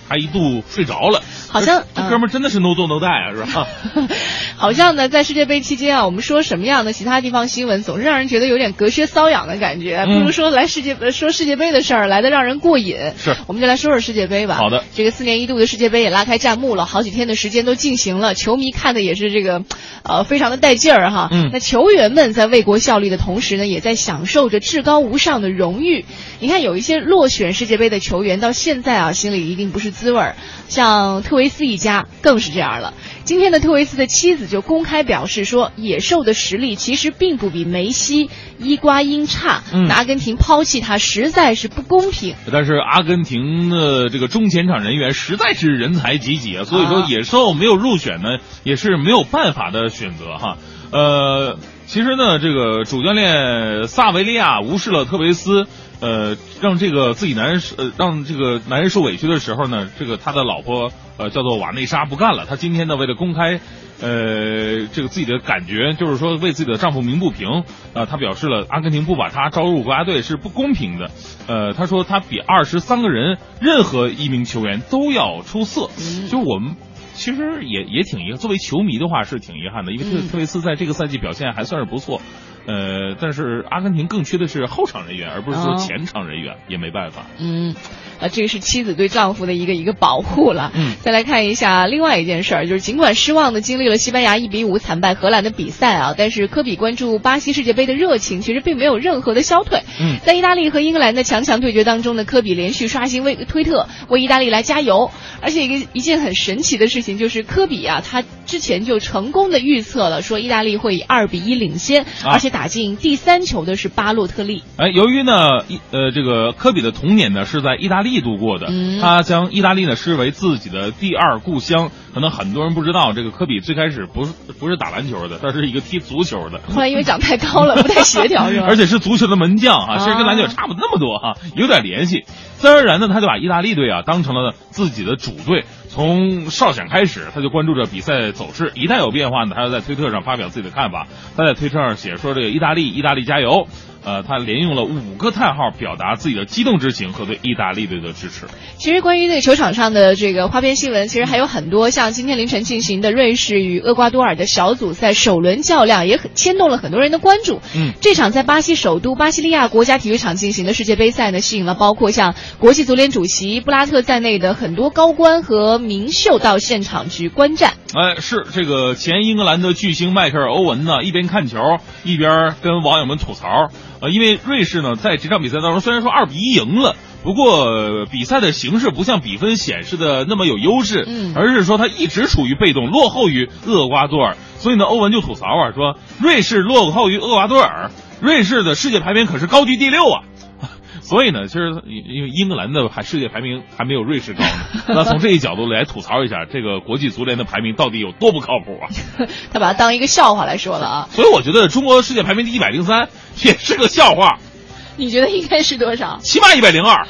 还一度睡着了。 好像这哥们儿真的是 no 做 no die 啊，是吧？ 好像呢，在世界杯期间啊，我们说什么样的其他地方新闻，总是让人觉得有点隔靴搔痒的感觉。不如说说世界杯的事儿来的让人过瘾。 是， 我们就来说说世界杯吧。 好的， 这个4年一度的世界杯也拉开战幕了，好几天的时间都进行了，球迷看的也是这个非常的带劲儿哈。那球员们在为国效力的同时呢，也在享受着至高无上的荣誉。你看，有一些落选世界杯的球员到现在啊，心里一定不是滋味儿。像特维斯一家更是这样了。今天的特维斯的妻子就公开表示说，野兽的实力其实并不比梅西、伊瓜因差，那阿根廷抛弃他实在是不公平。 但是阿根廷的这个中前场人员实在是人才济济啊，所以说野兽没有入选呢，也是没有办法的选择哈。其实呢，这个主教练萨维利亚无视了特维斯，让这个让这个男人受委屈的时候呢，这个他的老婆叫做瓦内莎不干了。他今天呢，为了公开这个自己的感觉，就是说为自己的丈夫鸣不平，他表示了阿根廷不把他招入国家队是不公平的。他说他比23个人任何一名球员都要出色。就我们其实也挺遗憾，作为球迷的话是挺遗憾的，因为特维斯在这个赛季表现还算是不错。但是阿根廷更缺的是后场人员，而不是说前场人员，也没办法。 这个是妻子对丈夫的一个保护了。再来看一下另外一件事儿，就是尽管失望的经历了西班牙1-5惨败荷兰的比赛啊，但是科比关注巴西世界杯的热情其实并没有任何的消退。在意大利和英格兰的强对决当中呢，科比连续刷新推特为意大利来加油，而且一件很神奇的事情就是科比啊，他之前就成功的预测了说意大利会以2-1领先，而且打进第3球的是巴洛特利。 由于呢这个科比的童年呢是在意大利度过的，他将意大利呢视为自己的第2故乡。可能很多人不知道，这个科比最开始不是打篮球的，他是一个踢足球的。 后来因为长太高了，不太协调，是吧？ 而且是足球的门将啊，其实跟篮球差不那么多哈，有点联系。自然而然呢，他就把意大利队啊当成了自己的主队。从少选开始，他就关注着比赛走势，一旦有变化呢，他就在推特上发表自己的看法。他在推特上写说：“这个意大利加油！”他连用了5个叹号表达自己的激动之情和对意大利队的支持。 其实关于这个球场上的这个花边新闻，其实还有很多，像今天凌晨进行的瑞士与厄瓜多尔的小组赛首轮较量，也牵动了很多人的关注。这场在巴西首都巴西利亚国家体育场进行的世界杯赛呢，吸引了包括像国际足联主席布拉特在内的很多高官和名秀到现场去观战。 是这个前英格兰的巨星迈克尔·欧文呢，一边看球一边跟网友们吐槽。因为瑞士呢在这场比赛当中虽然说2-1赢了，不过比赛的形势不像比分显示的那么有优势，而是说他一直处于被动，落后于厄瓜多尔。所以呢，欧文就吐槽啊，说瑞士落后于厄瓜多尔，瑞士的世界排名可是高居第6啊。所以呢，其实因为英格兰的世界排名还没有瑞士高呢，那从这一角度来吐槽一下，这个国际足联的排名到底有多不靠谱啊？ 他把它当一个笑话来说了啊。 所以我觉得中国世界排名第103也是个笑话。 你觉得应该是多少？ 起码102。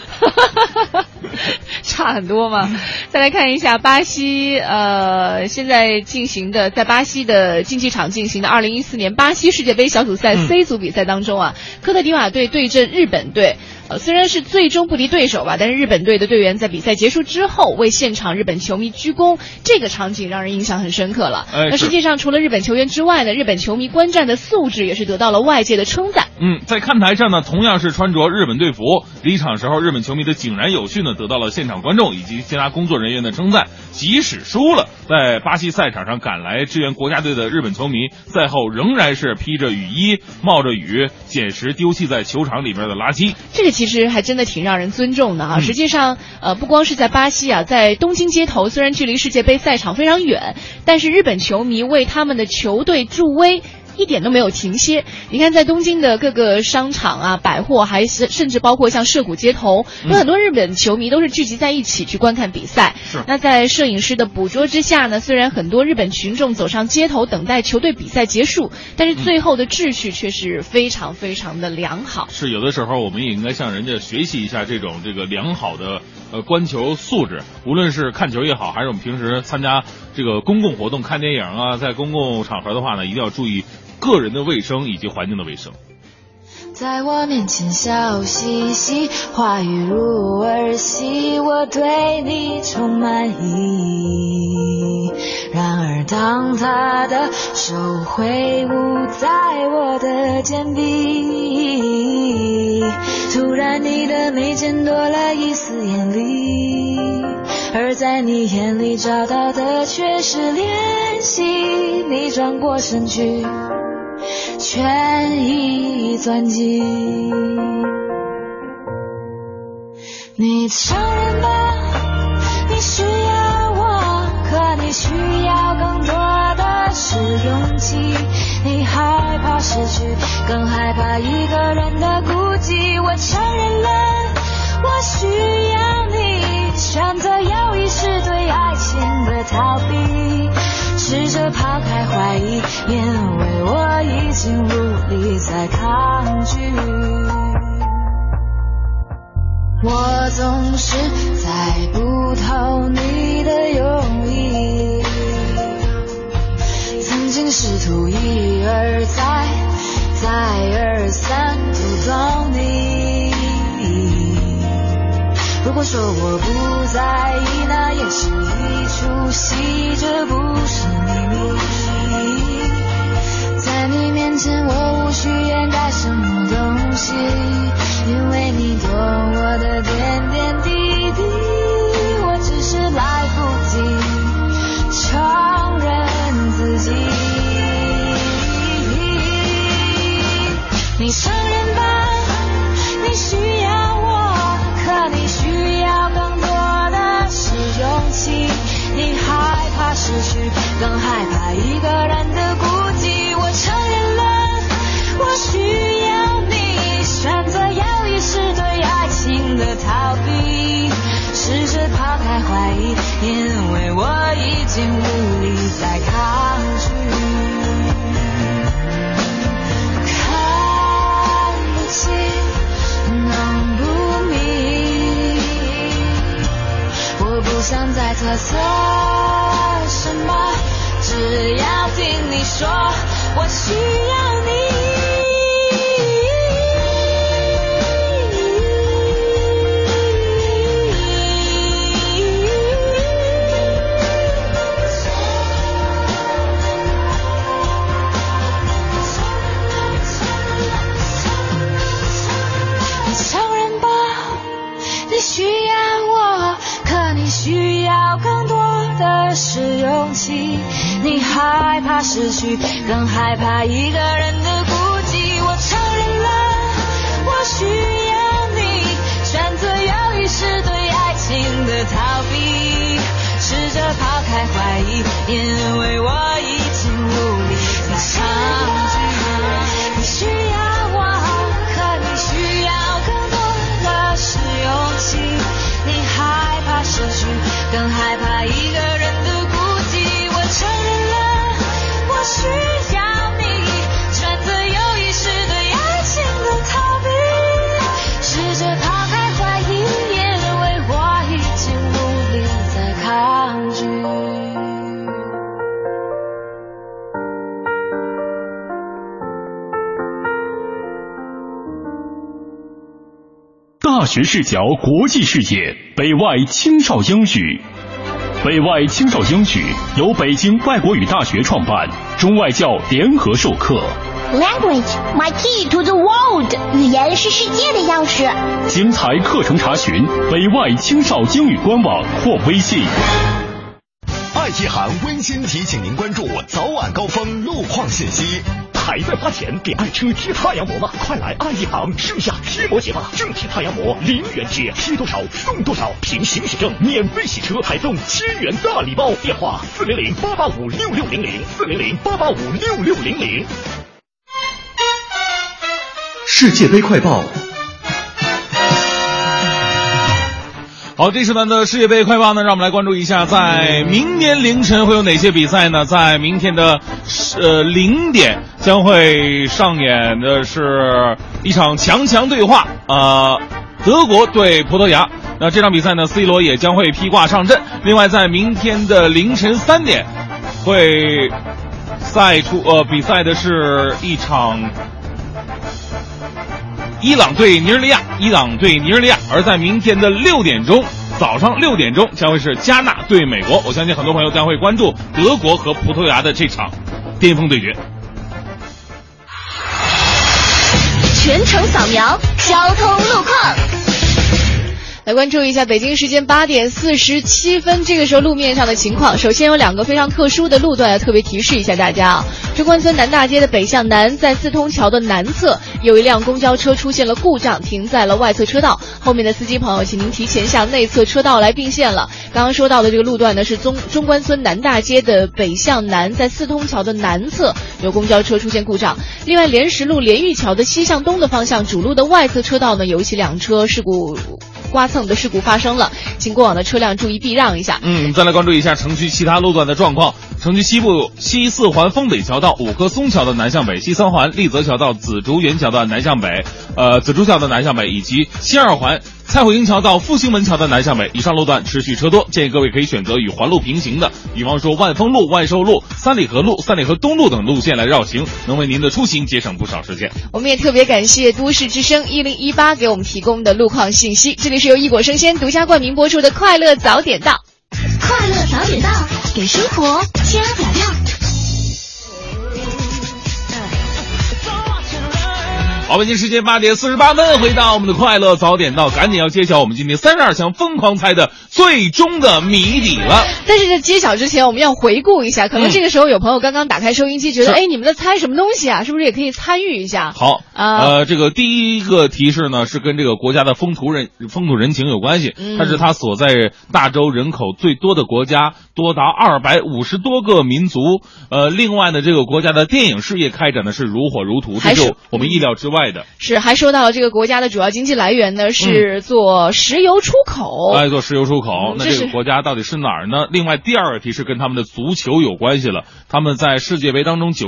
差很多嘛。再来看一下巴西，现在进行的在巴西的竞技场进行的2014年巴西世界杯小组赛 C 组比赛当中啊，科特迪瓦队对阵日本队。虽然是最终不敌对手吧，但是日本队的队员在比赛结束之后为现场日本球迷鞠躬，这个场景让人印象很深刻了。那实际上除了日本球员之外呢，日本球迷观战的素质也是得到了外界的称赞。 在看台上呢，同样是穿着日本队服，离场时候日本球迷的井然有序呢，得到了现场观众以及其他工作人员的称赞。即使输了，在巴西赛场上赶来支援国家队的日本球迷，赛后仍然是披着雨衣，冒着雨，捡拾丢弃在球场里边的垃圾。 这个其实还真的挺让人尊重的啊。实际上不光是在巴西啊，在东京街头，虽然距离世界杯赛场非常远，但是日本球迷为他们的球队助威一点都没有停歇。你看在东京的各个商场啊、百货，还甚至包括像涉谷街头，有很多日本球迷都是聚集在一起去观看比赛。那在摄影师的捕捉之下呢，虽然很多日本群众走上街头等待球队比赛结束，但是最后的秩序却是非常非常的良好。 是有的时候我们也应该向人家学习一下这个良好的观球素质，无论是看球也好，还是我们平时参加这个公共活动看电影啊，在公共场合的话呢，一定要注意个人的卫生以及环境的卫生。 在我面前笑嘻嘻，话语如儿戏，我对你充满意。然而当他的手挥舞在我的肩臂，突然你的眉间多了一丝艳丽，而在你眼里找到的却是怜惜。你转过身去，权宜钻进你承认吧，你需要我，可你需要更多的是勇气。你害怕失去，更害怕一个人的孤寂。我承认了，我需要你，选择犹豫是对爱情的逃避，试着抛开怀疑，因为我已经无力再抗拒。我总是猜不透你的用意，曾经试图一而再再而三读懂你。如果说我不在意，那也是一出戏，这不是秘密。在你面前我无需掩盖什么东西，因为你懂我的点点滴滴，我只是来不及承认自己。你承认吧，你需要我，可你需要更多的是勇气。你害怕失去，更害怕一个人的孤寂。我承认了，我需要你，选择犹豫是对爱情的逃避，试着抛开怀疑，因为我已经无力再抗拒。看不清，弄不明，我不想再猜测什么，只要听你说我需要你。你承认吧，你需要我，可你需要更多的是勇气。你害怕失去，更害怕一个人的孤寂。我承认了，我需要你，选择犹豫是对爱情的逃避，试着抛开怀疑，因为我已经无力再抗拒。你需要我，可你需要更多的是勇气。你害怕失去，更害怕一个人的孤寂。我承认了，我需要你，选择犹豫是对爱情的逃避，试着抛开怀疑，因为我已经无力再抗拒。 大学视角国际视野，北外青少英语。北外青少英语由北京外国语大学创办，中外教联合授课。 Language, my key to the world. 语言是世界的钥匙。 精彩课程查询北外青少英语官网或微信。 爱一行温馨提醒您关注早晚高峰路况信息。还在花钱给爱车贴太阳膜吗？快来爱一行盛夏贴膜节吧！正品太阳膜0元贴，贴多少送多少，凭行驶证免费洗车，还送1000元大礼包。电话400-885-6600 400-885-6600。 世界杯快报。 好，这时段的世界杯快报呢，让我们来关注一下，在明天凌晨会有哪些比赛呢？在明天的0点将会上演的是一场强对话，德国对葡萄牙。那这场比赛呢 ，C 罗也将会披挂上阵。另外，在明天的凌晨3点会比赛的是一场伊朗对尼日利亚，而在明天的6点钟，早上6点钟将会是加纳对美国。我相信很多朋友将会关注德国和葡萄牙的这场巅峰对决。 全程扫描交通路况。 来关注一下北京时间8点47分，这个时候路面上的情况。首先有2个非常特殊的路段要特别提示一下大家啊。中关村南大街的北向南，在四通桥的南侧有一辆公交车出现了故障，停在了外侧车道。后面的司机朋友，请您提前向内侧车道来并线了。刚刚说到的这个路段呢，是中关村南大街的北向南，在四通桥的南侧有公交车出现故障。另外，莲石路莲玉桥的西向东的方向主路的外侧车道呢，有一起2车事故刮蹭的事故发生了，请过往的车辆注意避让一下。 再来关注一下城区其他路段的状况。城区西部西4环丰北桥到五棵松桥的南向北，西3环立泽桥到紫竹园桥的南向北，紫竹桥的南向北，以及西2环蔡慧英桥到复兴门桥的南向北。以上路段持续车多，建议各位可以选择与环路平行的，比方说万丰路、万寿路、三里河路、三里河东路等路线来绕行，能为您的出行节省不少时间。 我们也特别感谢都市之声1018给我们提供的路况信息。这里是由一果生鲜独家冠名播出的快乐早点到。 快乐早点到，给生活加点料。 好，北京时间8点48分，回到我们的快乐早点到，赶紧要揭晓我们今天32强疯狂猜的最终的谜底了。 但是在揭晓之前，我们要回顾一下，可能这个时候有朋友刚刚打开收音机，觉得你们在猜什么东西啊？是不是也可以参与一下？ 好这个第一个提示呢，是跟这个国家的风土人情有关系，它是它所在大洲人口最多的国家，多达250多个民族。另外呢，这个国家的电影事业开展的是如火如荼，这是我们意料之外的。 是，还说到这个国家的主要经济来源呢是做石油出口。 做石油出口，那这个国家到底是哪儿呢？另外第二个提示跟他们的足球有关系了，他们在世界杯当中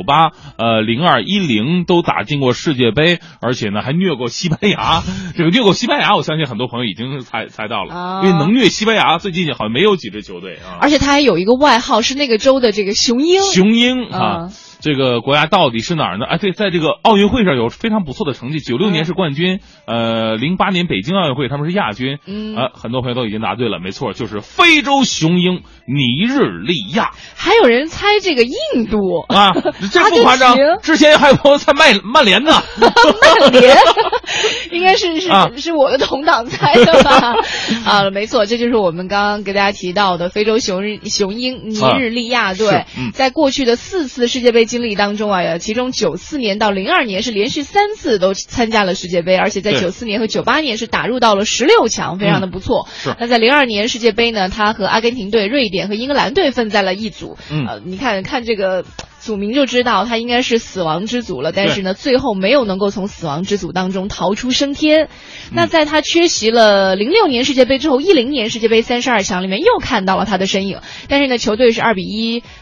94、98、02、10都打进过世界杯，而且呢还虐过西班牙。这个虐过西班牙，我相信很多朋友已经猜到了，因为能虐西班牙最近好像没有几支球队啊。 而且他还有一个外号是那个州的这个雄鹰啊。这个国家到底是哪儿呢？对，在这个奥运会上有非常不错的成绩，96年是冠军，08年北京奥运会他们是亚军，很多朋友都已经答对了，没错，就是非洲雄鹰尼日利亚。 还有人猜这个印度啊，这不夸张，之前还有朋友猜曼联呢。 曼联应该是我的同党猜的吧？没错，这就是我们刚刚给大家提到的非洲雄鹰尼日利亚队，在过去的4次世界杯经历当中啊，其中94年到02年是连续3次都参加了世界杯，而且在94年和98年是打入到了16强，非常的不错。那在02年世界杯呢，他和阿根廷队、瑞典和英格兰队分在了一组。你看这个组名就知道他应该是死亡之组了，但是呢最后没有能够从死亡之组当中逃出升天。那在他缺席了06年世界杯之后，10年世界杯32强里面又看到了他的身影，但是呢球队是2比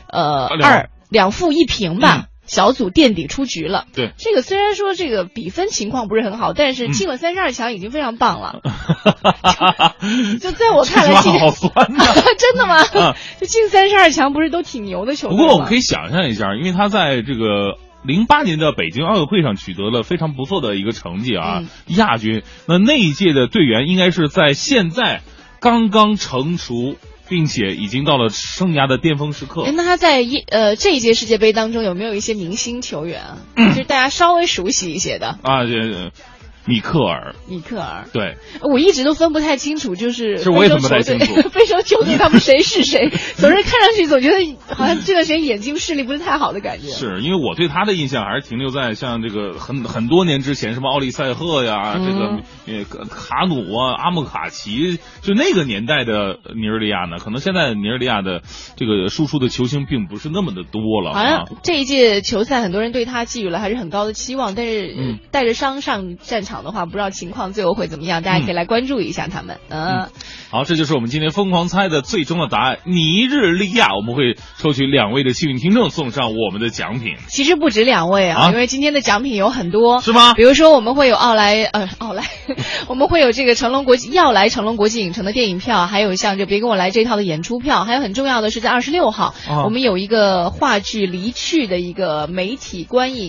12负1平吧。小组垫底出局了。 对， 这个虽然说这个比分情况不是很好，但是进了32强已经非常棒了。就在我看来， 好酸呐！ 真的吗？就进32强不是都挺牛的球队吗？ 不过我们可以想象一下，因为他在这个08年的北京奥运会上取得了非常不错的一个成绩啊，亚军。那一届的队员应该是在现在刚刚成熟，并且已经到了生涯的巅峰时刻。 那他在这一届世界杯当中有没有一些明星球员啊？就是大家稍微熟悉一些的啊？米克尔，对， 我一直都分不太清楚，就是我也分不太清楚非洲球队他们谁是谁，总是看上去总觉得好像这段时间眼睛视力不是太好的感觉。 是因为我对他的印象还是停留在像这个很多年之前，什么奥利塞赫呀，这个卡努啊、阿穆卡奇，就那个年代的尼日利亚呢，可能现在尼日利亚的这个输出的球星并不是那么的多了。 好像这一届球赛很多人对他寄予了还是很高的期望，但是带着伤上战场的话，不知道情况最后会怎么样，大家可以来关注一下他们。 好，这就是我们今天疯狂猜的最终的答案，尼日利亚。我们会抽取2位的幸运听众送上我们的奖品。 其实不止2位啊，因为今天的奖品有很多， 是吗？ 比如说我们会有我们会有这个要来成龙国际影城的电影票，还有像这别跟我来这套的演出票，还有很重要的是在26号，我们有一个话剧离去的一个媒体观影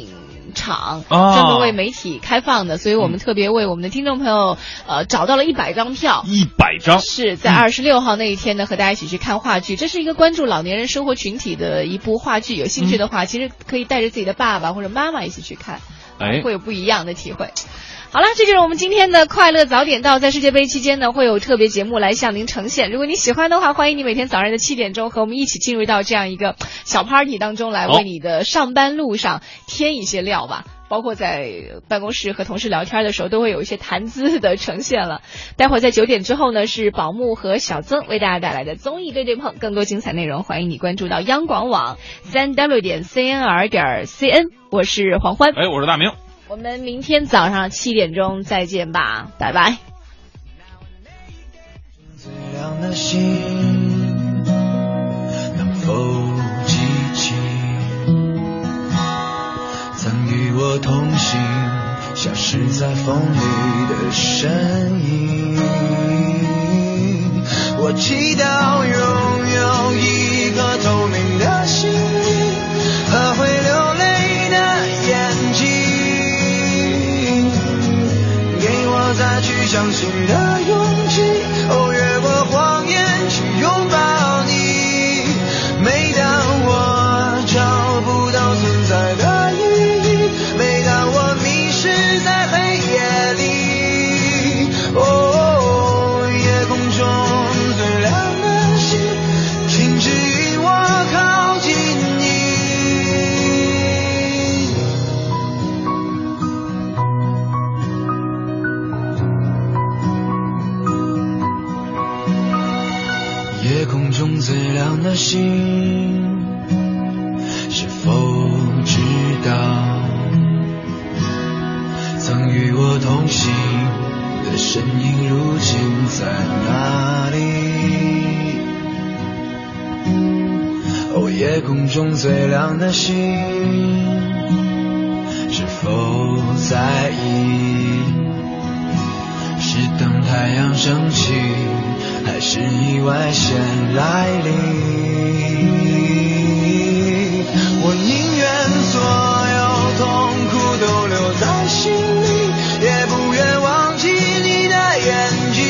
场，专门为媒体开放的，所以我们特别为我们的听众朋友找到了100张票 ，100张是在26号那一天呢，和大家一起去看话剧。这是一个关注老年人生活群体的一部话剧，有兴趣的话，其实可以带着自己的爸爸或者妈妈一起去看，会有不一样的体会。好了，这就是我们今天的快乐早点到。在世界杯期间呢，会有特别节目来向您呈现。如果你喜欢的话，欢迎你每天早上的7点钟和我们一起进入到这样一个小 party 当中来，为你的上班路上添一些料吧。包括在办公室和同事聊天的时候，都会有一些谈资的呈现了。待会儿在9点之后呢，是宝木和小曾为大家带来的综艺对对碰，更多精彩内容，欢迎你关注到央广网3w.cnr.cn。我是黄欢， 我是大明。 我们明天早上7点钟再见吧，拜拜。 最亮的星能否记起曾与我同行消失在风里的身影？我祈祷拥有一个透明的心灵和会流泪的眼睛，再去相信的勇气，越过谎言去拥抱你。每当我找不到存在的意义，每当我迷失在黑夜里，夜空中最亮的星，请指引我靠近你。夜空中最亮的星，是否知道曾与我同行的身影如今在哪里？夜空中最亮的星，是否在意？是等太阳升起，还是意外先来临？我宁愿所有痛苦都留在心里，也不愿忘记你的眼睛，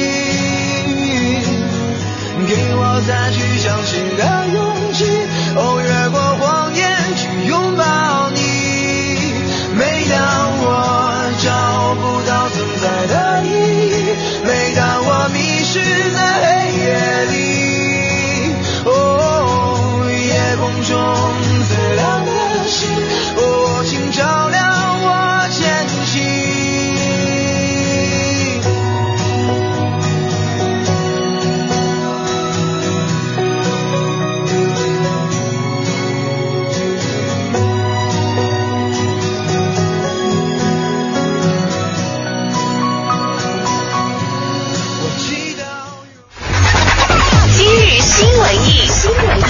给我再去相信的勇气，越过谎言去拥抱你。每当我找不到存在的意义，每当我迷失在黑夜里，夜空中最亮的星，请照亮我前行。 新文艺，新文艺。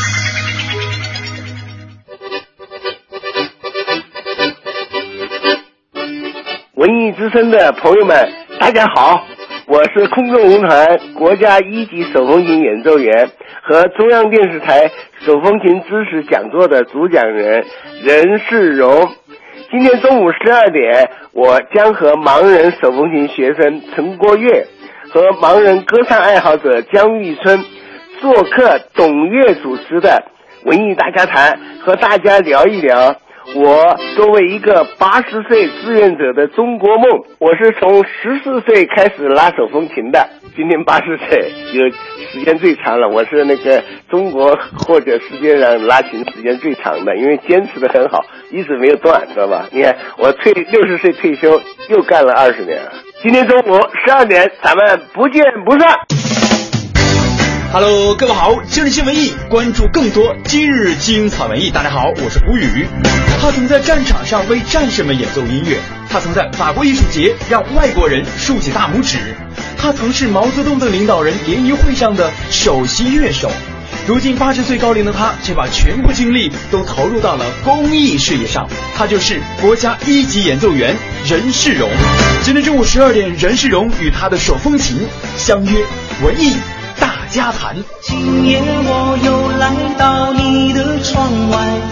文艺之声的朋友们，大家好，我是空中文团国家1级手风琴演奏员和中央电视台手风琴知识讲座的主讲人任世荣。今天中午12点，我将和盲人手风琴学生陈国月和盲人歌唱爱好者江玉春做客董月主持的文艺大家谈，和大家聊一聊我作为一个80岁志愿者的中国梦。我是从14岁开始拉手风琴的，今年80岁，有时间最长了。我是那个中国或者世界上拉琴时间最长的，因为坚持得很好，一直没有断，知道吧？你看我60岁退休，又干了20年了。今天中午12点，咱们不见不散。 Hello， 各位好，今日新文艺，关注更多今日精彩文艺。大家好，我是胡宇。他曾在战场上为战士们演奏音乐，他曾在法国艺术节让外国人竖起大拇指，他曾是毛泽东等领导人联谊会上的首席乐手。如今80岁高龄的他，却把全部精力都投入到了公益事业上。他就是国家1级演奏员任世荣。今天中午12点，任世荣与他的手风琴相约文艺大家谈。 今夜我又来到你的窗外，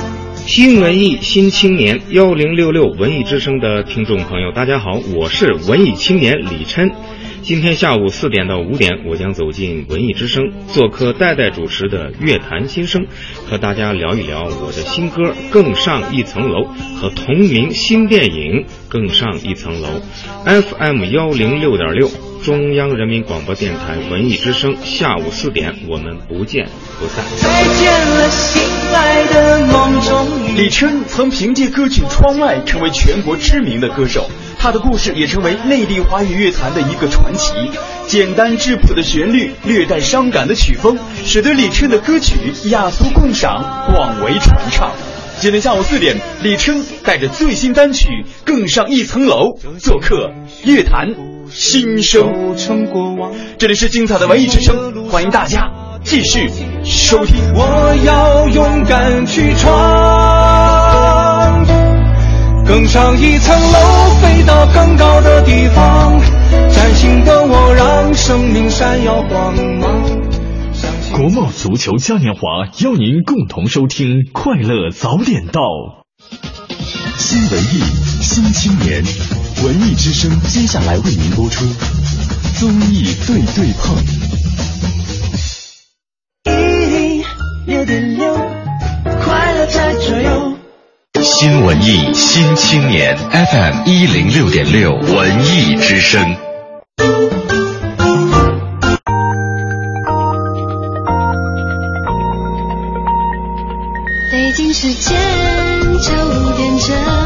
新文艺新青年1066文艺之声的听众朋友，大家好，我是文艺青年李琛。今天下午4点到5点，我将走进文艺之声，做客代代主持的乐坛新声，和大家聊一聊我的新歌《更上一层楼》和同名新电影《更上一层楼》。FM 106.6，中央人民广播电台文艺之声，下午4点，我们不见不散。 再见了，醒来的梦中。 李琛曾凭借歌曲《窗外》成为全国知名的歌手。他的故事也成为内地华语乐坛的一个传奇。简单质朴的旋律，略带伤感的曲风，使得李琛的歌曲雅俗共赏，广为传唱。今天下午4点，李琛带着最新单曲《更上一层楼》做客乐坛新声。这里是精彩的文艺之声，欢迎大家继续收听。 我要勇敢去闯，更上一层楼，飞到更高的地方。崭新的我，让生命闪耀光芒。 国贸足球嘉年华邀您共同收听快乐早点到。新文艺新青年，文艺之声接下来为您播出综艺对对碰。 106.6，快乐在左右。 新文艺新青年 FM 106.6文艺之声。 北京时间9点整。